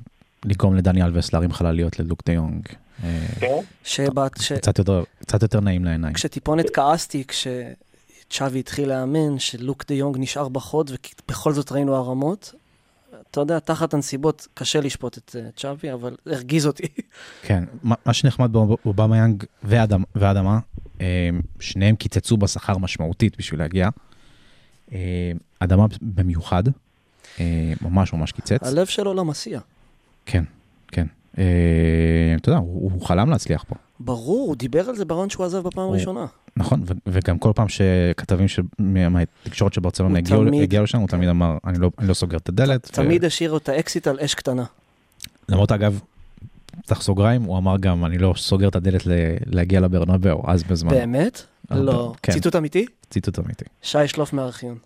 Speaker 6: לגרום לדני אלווס להרים חלליות ללוק דה יונג.
Speaker 5: כן?
Speaker 4: שבת, ש...
Speaker 6: קצת יותר, קצת יותר נעים לעיניים.
Speaker 4: כשטיפונת כעסתי, כשצ'אבי התחיל לאמן, שלוק דה יונג נשאר בחוד, ובכל זאת ראינו הרמות, אתה יודע, תחת הנסיבות קשה לשפוט את uh, צ'אבי, אבל הרגיז אותי.
Speaker 6: כן, מה, מה שנחמד באובמיאנג ואדם, ואדמה, שניהם קיצצו בשכר משמעותית בשביל להגיע. אדמה במיוחד, ממש ממש קיצץ.
Speaker 4: הלב שלו לא מסיע.
Speaker 6: כן, כן. אתה יודע, הוא, הוא חלם להצליח פה.
Speaker 4: ברור, הוא דיבר על זה ברעיון שהוא עזב בפעם הראשונה.
Speaker 6: נכון, ו- וגם כל פעם שכתבים מהתקשורת של ברצלונה הגיעו לשם, הוא תמיד אמר, אני לא, אני לא סוגר את הדלת.
Speaker 4: תמיד השאיר את האקסיט על אש קטנה.
Speaker 6: למרות אגב, פתח סוגריים, הוא אמר גם, אני לא סוגר את הדלת להגיע לברנבאו, אז בזמן.
Speaker 4: באמת? לא. ציטוט אמיתי?
Speaker 6: ציטוט אמיתי.
Speaker 4: שי שלוף מהארכיון.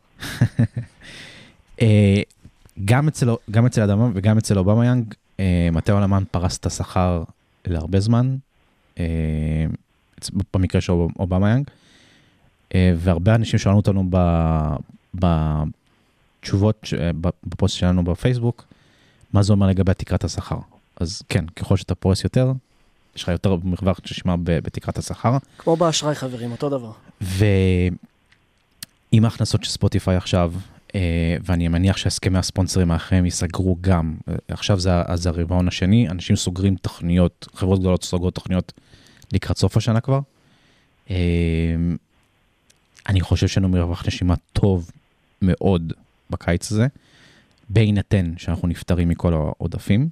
Speaker 6: גם אצל אדמה וגם אצל אובמיאנג, מתאו אלמן פרס את השכר להרבה זמן, במקרה של אובמיאנג, והרבה אנשים שאלנו אותנו בתשובות, בפוסט שלנו בפייסבוק, מה זה אומר לגבי תקרת השכר. אז כן, ככל שאתה פורס יותר, יש לך יותר מרווח ששמע בתקרת השכר.
Speaker 4: כמו באשראי חברים, אותו דבר.
Speaker 6: ועם ההכנסות של ספוטיפיי עכשיו, ואני מניח שהסכמי הספונסרים האחרים ייסגרו גם, עכשיו זה, זה הרבעון השני, אנשים סוגרים תוכניות, חברות גדולות סוגרות תוכניות לקראת סוף השנה כבר. אני חושב שאנו מרווח נשימה טוב מאוד בקיץ הזה, בהינתן שאנחנו נפטרים מכל העודפים,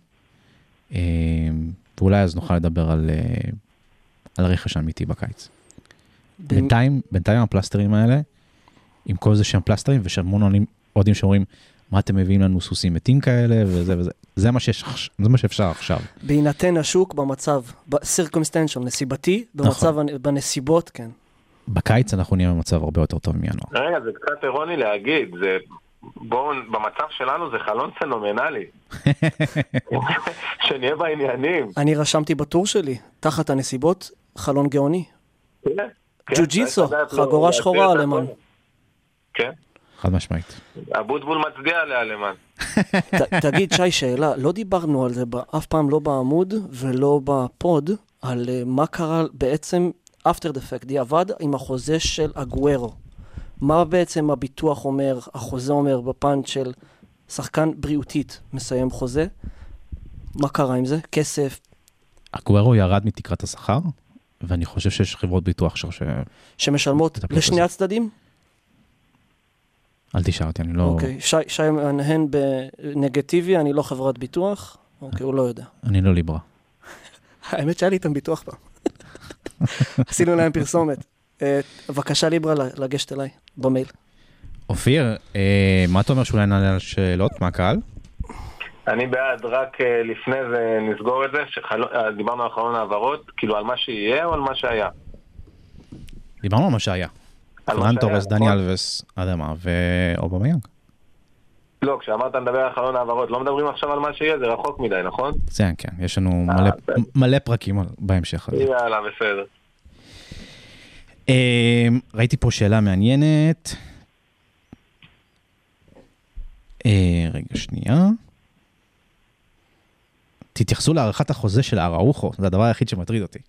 Speaker 6: ואולי אז נוכל לדבר על, על הרכש האמיתי בקיץ. בינתיים, בינתיים הפלסטרים האלה, עם כל זה שהם פלסטרים, ושמון עודים שאומרים, מה אתם מביאים לנו סוסים מתים כאלה, וזה וזה. זה מה שיש, זה מה שאפשר עכשיו.
Speaker 4: בהינתן השוק במצב, סירקומסטנשל, נסיבתי, במצב, בנסיבות, כן.
Speaker 6: בקיץ אנחנו נהיה במצב הרבה יותר טוב מינואר.
Speaker 5: רגע, זה קצת אירוני להגיד, זה, בואו, במצב שלנו זה חלון פנומנלי. שנהיה בעניינים.
Speaker 4: אני רשמתי בטור שלי, תחת הנסיבות, חלון גאוני. ג'ו-ג'יצו, חגורה שחורה אלמן.
Speaker 5: כן.
Speaker 6: חד משמעית.
Speaker 5: הבוטבול מצדיע לאלמן.
Speaker 4: תגיד, שי, שאלה, לא דיברנו על זה אף פעם לא בעמוד ולא בפוד, על מה קרה בעצם after the fact, דיעבד עם החוזה של אגוארו. מה בעצם הביטוח אומר, החוזה אומר בפן של שחקן בריאותית מסיים חוזה? מה קרה עם זה? כסף?
Speaker 6: אגוארו ירד מתקרת השכר, ואני חושב שיש חברות ביטוח ש...
Speaker 4: שמשלמות לשני הצדדים?
Speaker 6: אל תשאל אותי, אני לא...
Speaker 4: אוקיי, שי, שי מנהן בנגטיבי, אני לא חברת ביטוח. אוקיי, הוא לא יודע.
Speaker 6: אני לא ליברה.
Speaker 4: האמת שהיה לי איתם ביטוח פעם. עשינו להם פרסומת. בבקשה ליברה לגשת אליי, במייל.
Speaker 6: אופיר, מה אתה אומר שאולי נעלה על שאלות? מה הקהל?
Speaker 5: אני בעד, רק לפני זה נסגור את זה, דיברנו על חלון העברות, כאילו על מה שיהיה או על מה שהיה?
Speaker 6: דיברנו על מה שהיה. פרנן טורס, דני אלווס, אדמה ואובמיאנג.
Speaker 5: לא, כשאמרת נדבר על חלון העברות, לא מדברים עכשיו על מה שיהיה, זה רחוק מדי, נכון?
Speaker 6: זה כן, יש לנו מלא פרקים בהמשך הזה.
Speaker 5: יאללה, בסדר.
Speaker 6: ראיתי פה שאלה מעניינת. רגע, שנייה. תתייחסו להערכת החוזה של אראוחו, זה הדבר היחיד שמטריד אותי.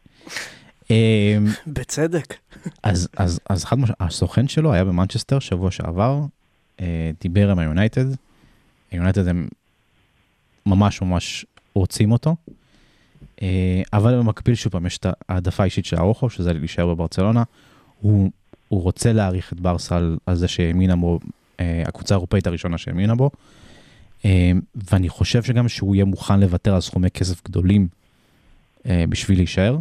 Speaker 4: בצדק.
Speaker 6: אז, אז, אז אחד, הסוכן שלו היה במנצ'סטר שבוע שעבר, דיבר עם היונייטד, היונייטד הם ממש ממש רוצים אותו, אבל במקביל שוב פעם יש את העדפה האישית של אראוחו, שזה להישאר בברצלונה, הוא, הוא רוצה להעריך את ברסה על, על זה שהאמינה בו, הקבוצה האירופאית הראשונה שהאמינה בו, ואני חושב שגם שהוא יהיה מוכן לוותר על סכומי כסף גדולים בשביל להישאר,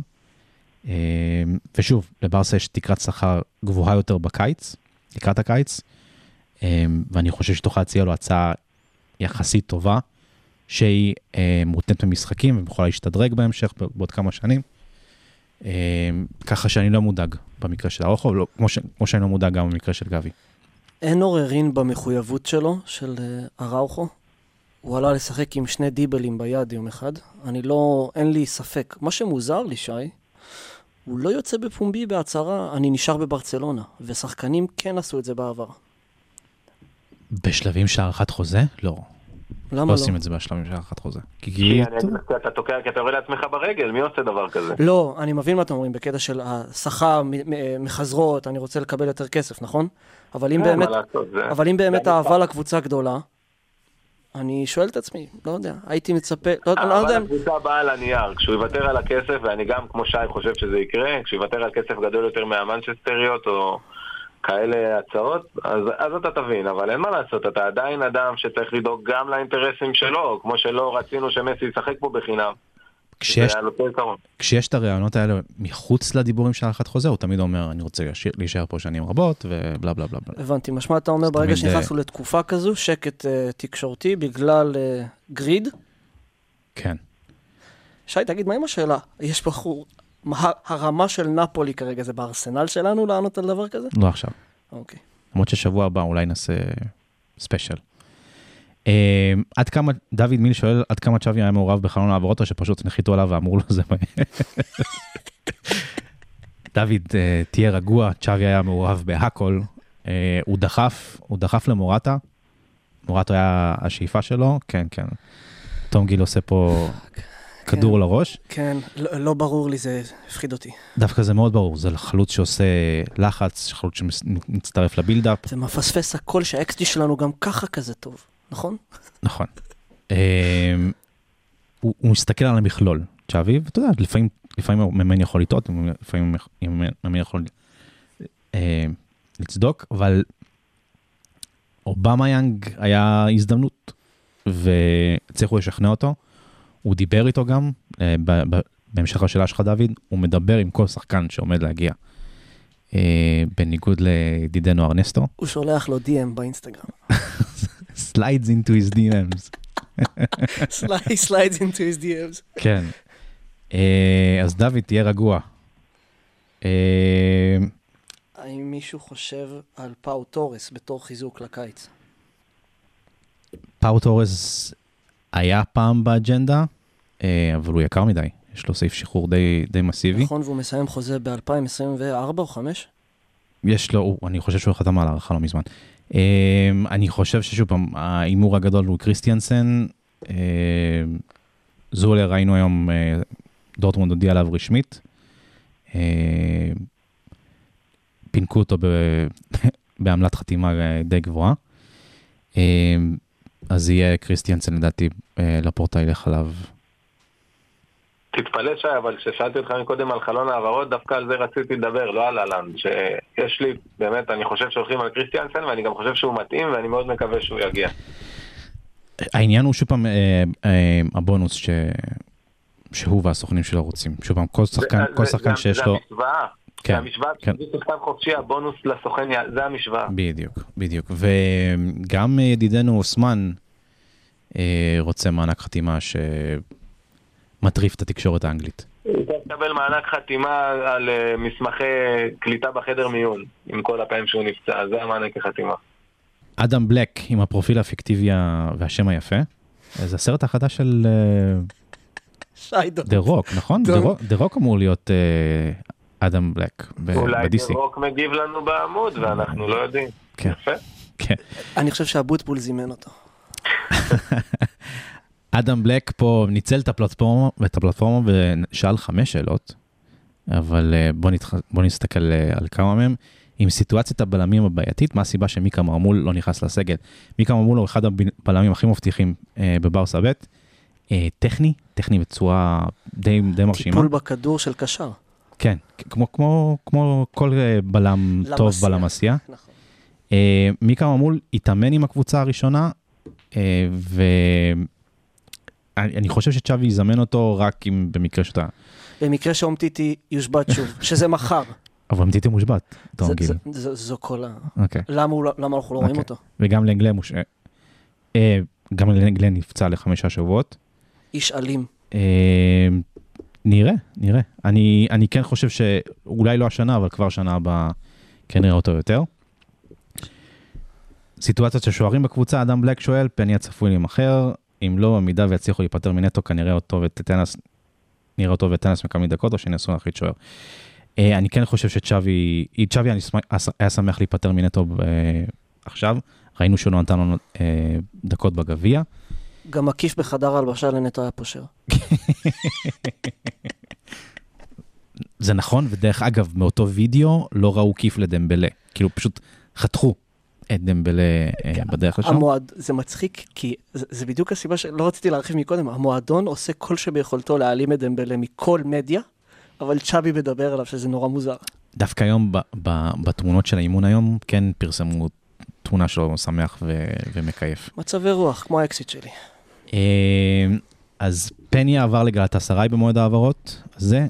Speaker 6: ושוב, לברסה יש תקרת שכר גבוהה יותר בקיץ, לקראת הקיץ, ואני חושב שתוכל להציע לו הצעה יחסית טובה, שהיא מותנית במשחקים, ויכולה להשתדרג בהמשך בעוד כמה שנים, ככה שאני לא מודאג במקרה של אראוחו, כמו, ש, כמו שאני לא מודאג גם במקרה של גבי.
Speaker 4: אין עוררין במחויבות שלו, של אראוחו. הוא עלה לשחק עם שני דיבלים ביד יום אחד. אני לא, אין לי ספק. מה שמוזר לי, שי, הוא לא יוצא בפומבי בהצהרה, אני נשאר בברצלונה, ושחקנים כן עשו את זה בעבר.
Speaker 6: בשלבים של הערכת חוזה? לא.
Speaker 4: למה
Speaker 6: לא
Speaker 4: לא?
Speaker 6: עושים את זה בשלבים של הארכת חוזה. כי
Speaker 5: כי אני אגיד לך, אתה תוקע, כי אתה יורד לעצמך ברגל, מי עושה דבר כזה?
Speaker 4: לא, אני מבין מה אתם אומרים, בקטע של השכר, מ- מ- מחזרות, אני רוצה לקבל יותר כסף, נכון? אבל אם
Speaker 5: אין
Speaker 4: באמת,
Speaker 5: מה לעשות, זה-
Speaker 4: אבל אם באמת
Speaker 5: זה
Speaker 4: האהבה לקבוצה גדולה, אני שואל את עצמי, לא יודע, הייתי מצפה, לא, לא יודע,
Speaker 5: אבל הקבוצה באה על הנייר, כשהוא יוותר על הכסף, ואני גם כמו שי חושב שזה יקרה, כשהוא יוותר על כסף גדול יותר מהמנצ'סטריות או כאלה הצעות, אז, אז אתה תבין, אבל אין מה לעשות, אתה עדיין אדם שצריך לדאוג גם לאינטרסים שלו, כמו שלא רצינו שמסי ישחק פה בחינם.
Speaker 6: כשיש,
Speaker 5: זה על אותו עיקרון.
Speaker 6: כשיש את הרעיונות האלה מחוץ לדיבורים של הארכת חוזה, הוא תמיד אומר, אני רוצה להישאר- להישאר פה שנים רבות, ובלה בלה בלה. בלה.
Speaker 4: הבנתי, משמע אתה אומר, ברגע
Speaker 6: תמיד,
Speaker 4: שנכנסנו לתקופה כזו, שקט uh, תקשורתי בגלל uh, גריד.
Speaker 6: כן.
Speaker 4: שי, תגיד, מה עם השאלה? יש בחור, מה, הרמה של נפולי כרגע, זה בארסנל שלנו לענות על דבר כזה?
Speaker 6: לא עכשיו.
Speaker 4: אוקיי.
Speaker 6: למרות ששבוע הבא אולי נעשה ספיישל. עד כמה, דוד מיל שואל, עד כמה צ'אבי היה מעורב בחלון העברות, או שפשוט נחיתו עליו ואמרו לו זה... דוד, תהיה רגוע, צ'אבי היה מעורב בהכל. הוא דחף, הוא דחף למורטה. מורטה היה השאיפה שלו, כן, כן. תום גיל עושה פה כדור לראש.
Speaker 4: כן, לא, לא ברור לי, זה הפחיד אותי.
Speaker 6: דווקא זה מאוד ברור, זה חלוץ שעושה לחץ, חלוץ שמצטרף לבילדאפ.
Speaker 4: זה מפספס הכל שהאקס-ג'י שלנו גם ככה כזה טוב, נכון?
Speaker 6: נכון. הוא מסתכל על המכלול, צ'אבי, ואתה יודע, לפעמים מאמן יכול לטעות, לפעמים מאמן יכול לצדוק, אבל אובמה יאנג היה הזדמנות, וצריכו לשכנע אותו. הוא דיבר איתו גם, בהמשך השאלה שלך דוד, הוא מדבר עם כל שחקן שעומד להגיע, בניגוד לידידנו ארנסטו.
Speaker 4: הוא שולח לו די אם באינסטגרם.
Speaker 6: Slides into his די אמס.
Speaker 4: Slides into his די אמס.
Speaker 6: כן. אז דוד, תהיה רגוע.
Speaker 4: האם מישהו חושב על פאו טורס בתור חיזוק לקיץ?
Speaker 6: פאו טורס היה פעם באג'נדה, אבל הוא יקר מדי. יש לו סעיף שחרור די, די מסיבי.
Speaker 4: נכון, והוא מסיים חוזה ב-אלפיים עשרים וארבע או חמש?
Speaker 6: יש לו, אני חושב שהוא חתם על הערכה לא מזמן. אני חושב ששוב פעם, האימור הגדול הוא קריסטיאנסן. זולה ראינו היום, דורטמונד הודיע עליו רשמית. פינקו אותו בעמלת חתימה די גבוהה. אז יהיה קריסטיאנסן לדעתי, לפורטה ילך עליו.
Speaker 5: תתפלא שי, אבל כששאלתי אותך מקודם על חלון העברות, דווקא על זה רציתי לדבר, לא על אלן, שיש לי, באמת, אני חושב שהולכים על קריסטיאנסן, ואני גם חושב שהוא מתאים, ואני מאוד מקווה שהוא יגיע.
Speaker 6: העניין הוא שוב פעם, אה, אה, הבונוס ש... שהוא והסוכנים שלו רוצים. שוב פעם, כל שחקן,
Speaker 5: זה,
Speaker 6: כל
Speaker 5: זה,
Speaker 6: שחקן
Speaker 5: זה,
Speaker 6: שיש
Speaker 5: זה
Speaker 6: לו...
Speaker 5: המשוואה.
Speaker 6: כן,
Speaker 5: זה המשוואה,
Speaker 6: כן.
Speaker 5: זה שחקן חופשי, הבונוס לסוכן, זה המשוואה.
Speaker 6: בדיוק, בדיוק. וגם ידידנו אוסמן אה, רוצה מענק חתימה שמטריף את התקשורת האנגלית.
Speaker 5: הוא צריך לקבל מענק חתימה על uh, מסמכי קליטה בחדר מיון, עם כל הפעמים שהוא נפצע, זה המענק החתימה.
Speaker 6: אדם בלק עם הפרופיל הפיקטיבי והשם היפה, זה הסרט החדש של דה רוק, נכון? דה רוק אמור להיות אדם בלק ב-די סי.
Speaker 5: אולי דה רוק מגיב לנו בעמוד ואנחנו לא יודעים. יפה.
Speaker 4: אני חושב שהבוטבול זימן אותו.
Speaker 6: אדם בלק פה ניצל את הפלטפורמה, ואת הפלטפורמה ושאל חמש שאלות, אבל בוא, נתח... בוא נסתכל על כמה מהם. עם סיטואציית הבלמים הבעייתית, מה הסיבה שמיקה מרמול לא נכנס לסגל? מיקה מרמול הוא אחד הבלמים הכי מבטיחים אה, בברסה ב', אה, טכני, טכני בצורה די, די מרשימה.
Speaker 4: טיפול בכדור של קשר.
Speaker 6: כן, כמו, כמו, כמו כל בלם למסיה. טוב בלמסיה. נכון. אה, מיקה מרמול התאמן עם הקבוצה הראשונה, אה, ואני חושב שצ'אבי יזמן אותו רק אם במקרה שאתה...
Speaker 4: במקרה שאומטיטי יושבת שוב, שזה מחר.
Speaker 6: אבל אמתיתי מושבת, תום גיל.
Speaker 4: זו כל ה...
Speaker 6: אוקיי.
Speaker 4: למה אנחנו לא רואים אותו?
Speaker 6: וגם לאנגלן מושעה. גם לאנגלן נפצע לחמישה שבועות.
Speaker 4: איש אלים.
Speaker 6: נראה, נראה. אני כן חושב שאולי לא השנה, אבל כבר שנה הבאה כן נראה אותו יותר. סיטואציות ששוערים בקבוצה, אדם בלק שואל, פני הצפוי להימחר, אם לא, במידה ויצליחו להיפטר מנטו, כנראה אותו וטנס, נראה אותו וטנס מכמה דקות, או שינסו להחליט שוער. אני כן חושב שצ'אבי, צ'אבי היה שמח להיפטר מנטו עכשיו, ראינו שהוא לא נתן לנו דקות בגביע,
Speaker 4: גם מקיף בחדר ההלבשה לנטו היה פושר.
Speaker 6: זה נכון, ודרך אגב, מאותו וידאו לא ראו כיף לדמבלה. כאילו פשוט חתכו את דמבלה בדרך לשם.
Speaker 4: המועד, זה מצחיק, כי זה, זה בדיוק הסיבה שלא רציתי להרחיב מקודם. המועדון עושה כל שביכולתו להעלים את דמבלה מכל מדיה, אבל צ'אבי מדבר עליו שזה נורא מוזר.
Speaker 6: דווקא היום, ב- ב- בתמונות של האימון היום, כן פרסמו תמונה שלו שמח ו- ומקייף.
Speaker 4: מצבי רוח, כמו האקסיט שלי.
Speaker 6: אז פניה עבר לגלאטסראי במועד העברות הזה,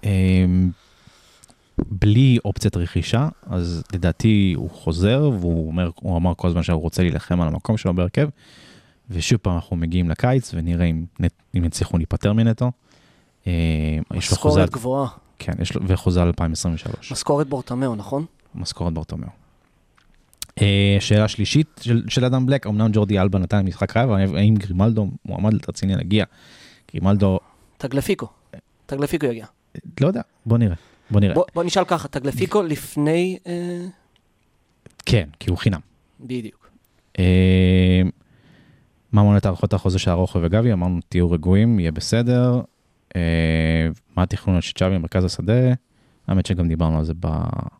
Speaker 6: בלי אופציית רכישה, אז לדעתי הוא חוזר, והוא אומר, הוא אמר כל הזמן שהוא רוצה להילחם על המקום שלו בהרכב, ושוב פעם אנחנו מגיעים לקיץ, ונראה אם, אם נצליחו להיפטר מנטו.
Speaker 4: משכורת גבוהה.
Speaker 6: כן, יש לו, וחוזה אלפיים עשרים ושלוש.
Speaker 4: משכורת בורטומאו, נכון?
Speaker 6: משכורת בורטומאו. שאלה שלישית של, של אדם בלק, אמנם ג'ורדי אלבה נתן משחק חייב, האם גרימלדו מועמד לרציני להגיע? גרימלדו...
Speaker 4: תגלפיקו. תגלפיקו יגיע.
Speaker 6: לא יודע, בוא נראה. בוא נראה.
Speaker 4: בוא, בוא נשאל ככה, תגלפיקו לפני... אה...
Speaker 6: כן, כי הוא חינם.
Speaker 4: בדיוק.
Speaker 6: אה, מה מונת הערכות החוזה של הרוחב וגבי? אמרנו, תהיו רגועים, יהיה בסדר. אה, מה התכנון של צ'אבי במרכז השדה? האמת שגם דיברנו על זה ב...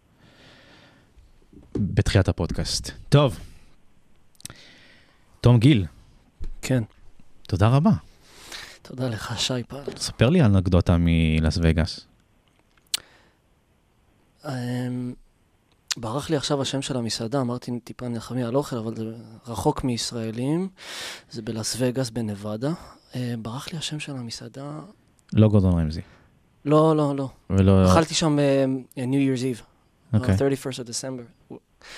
Speaker 6: בתחילת הפודקאסט. טוב. תום גיל.
Speaker 4: כן.
Speaker 6: תודה רבה.
Speaker 4: תודה לך, שי פעל.
Speaker 6: ספר לי על אנקדוטה מלאס וגאס.
Speaker 4: ברח לי עכשיו השם של המסעדה, אמרתי טיפה נלחמי על אוכל, אבל זה רחוק מישראלים, זה בלאס וגאס בנבדה. ברח לי השם של המסעדה.
Speaker 6: לא גורדון רמזי.
Speaker 4: לא, לא, לא.
Speaker 6: ולא...
Speaker 4: אכלתי שם New Year's Eve.
Speaker 6: אוקיי.
Speaker 4: thirty-first of December.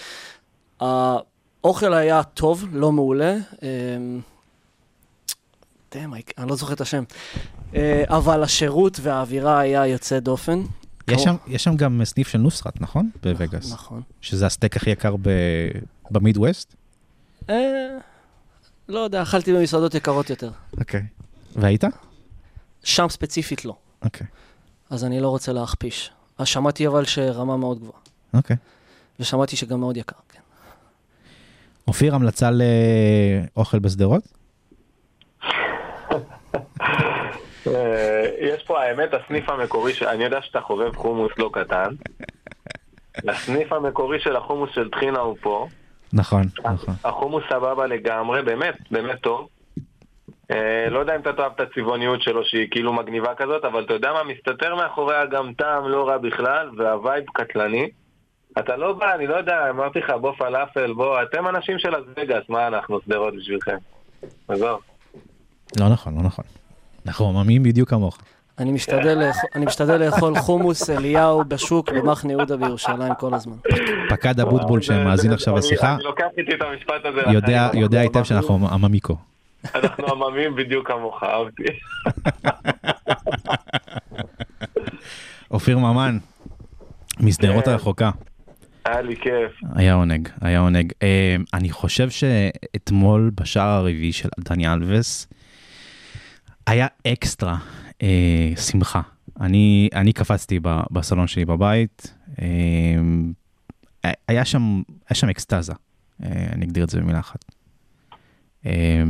Speaker 4: האוכל היה טוב, לא מעולה. דאם, אני לא זוכר את השם. אבל השירות והאווירה היה יוצא דופן.
Speaker 6: יש שם, יש שם גם סניף של נוסרת, נכון? בווגאס.
Speaker 4: נכון.
Speaker 6: שזה הסטייק הכי יקר במידווסט?
Speaker 4: לא יודע, אכלתי במסעדות יקרות יותר.
Speaker 6: אוקיי. והיית?
Speaker 4: שם ספציפית לא.
Speaker 6: אוקיי.
Speaker 4: אז אני לא רוצה להכפיש. אז שמעתי אבל שרמה מאוד גבוהה.
Speaker 6: אוקיי.
Speaker 4: ושמעתי שגם מאוד יקר, כן.
Speaker 6: אופיר, המלצה לאוכל בסדרות?
Speaker 5: יש פה האמת, הסניף המקורי, אני יודע שאתה חובב חומוס לא קטן, הסניף המקורי של החומוס של טחינה הוא פה.
Speaker 6: נכון, נכון.
Speaker 5: החומוס סבבה לגמרי, באמת, באמת טוב. לא יודע אם אתה תאהב את הצבעוניות שלו שהיא כאילו מגניבה כזאת, אבל אתה יודע מה, מסתתר מאחוריה גם טעם לא רע בכלל, והווייב קטלני. אתה לא בא, אני לא יודע, אמרתי לך, בוא פלאפל, בוא, אתם אנשים של אז וגאס, מה אנחנו סדרות בשבילכם? עזוב.
Speaker 6: לא נכון, לא נכון. אנחנו עממים בדיוק כמוך.
Speaker 4: אני משתדל, אני משתדל לאכול חומוס אליהו בשוק במחנה יהודה בירושלים כל הזמן.
Speaker 6: פקד אבוטבול שמאזין עכשיו לשיחה,
Speaker 5: אני לוקח איתי את המשפט הזה.
Speaker 6: יודע היטב שאנחנו עממיקו.
Speaker 5: אנחנו עממים בדיוק כמוך, אהבתי.
Speaker 6: אופיר ממן, מסדרות הרחוקה.
Speaker 5: היה לי כיף.
Speaker 6: היה עונג, היה עונג. אני חושב שאתמול בשער הרביעי של דני אלבס, היה אקסטרה אה, שמחה. אני, אני קפצתי ב, בסלון שלי בבית, אה, היה שם, היה שם אקסטאזה, אה, אני אגדיר את זה במילה אחת. אה,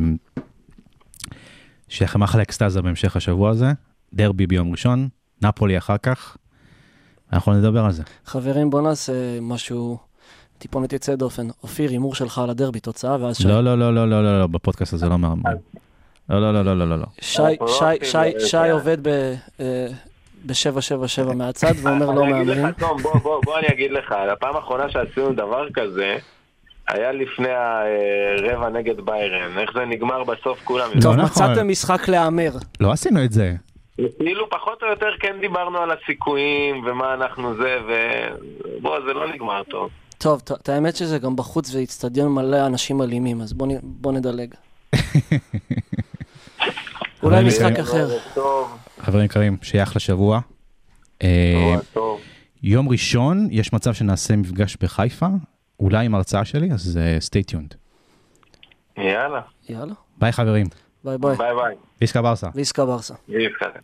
Speaker 6: שיהיה לכם אחלה אקסטאזה בהמשך השבוע הזה, דרבי ביום ראשון, נפולי אחר כך, אנחנו נדבר על זה.
Speaker 4: חברים, בוא נעשה משהו טיפונת יצא דופן. אופיר, הימור שלך על הדרבי, תוצאה, ואז שי.
Speaker 6: לא, לא, לא, לא, לא, לא, בפודקאסט הזה לא מאמר. לא, לא, לא, לא, לא, לא.
Speaker 4: שי, שי, שי, שי עובד ב-שבע שבע שבע מהצד ואומר לא מאמרים.
Speaker 5: בוא, בוא, בוא אני אגיד לך, הפעם האחרונה שעשינו דבר כזה, היה לפני הרבע נגד ביירן. איך זה נגמר בסוף כולם?
Speaker 4: טוב, מצאתם משחק להאמר.
Speaker 6: לא עשינו את זה.
Speaker 5: כאילו פחות או יותר כן דיברנו על הסיכויים ומה אנחנו זה, ובוא, זה לא נגמר טוב.
Speaker 4: טוב, את האמת שזה גם בחוץ והצטדיון מלא אנשים אלימים, אז בוא נדלג. אולי משחק אחר.
Speaker 6: חברים יקרים, שיהיה אחלה שבוע. יום ראשון, יש מצב שנעשה מפגש בחיפה, אולי עם הרצאה שלי, אז stay tuned.
Speaker 5: יאללה.
Speaker 4: יאללה.
Speaker 6: ביי חברים.
Speaker 4: ביי ביי.
Speaker 5: ביי ביי.
Speaker 6: ויסקה ברסה.
Speaker 4: ויסקה ברסה.
Speaker 5: ויסקה.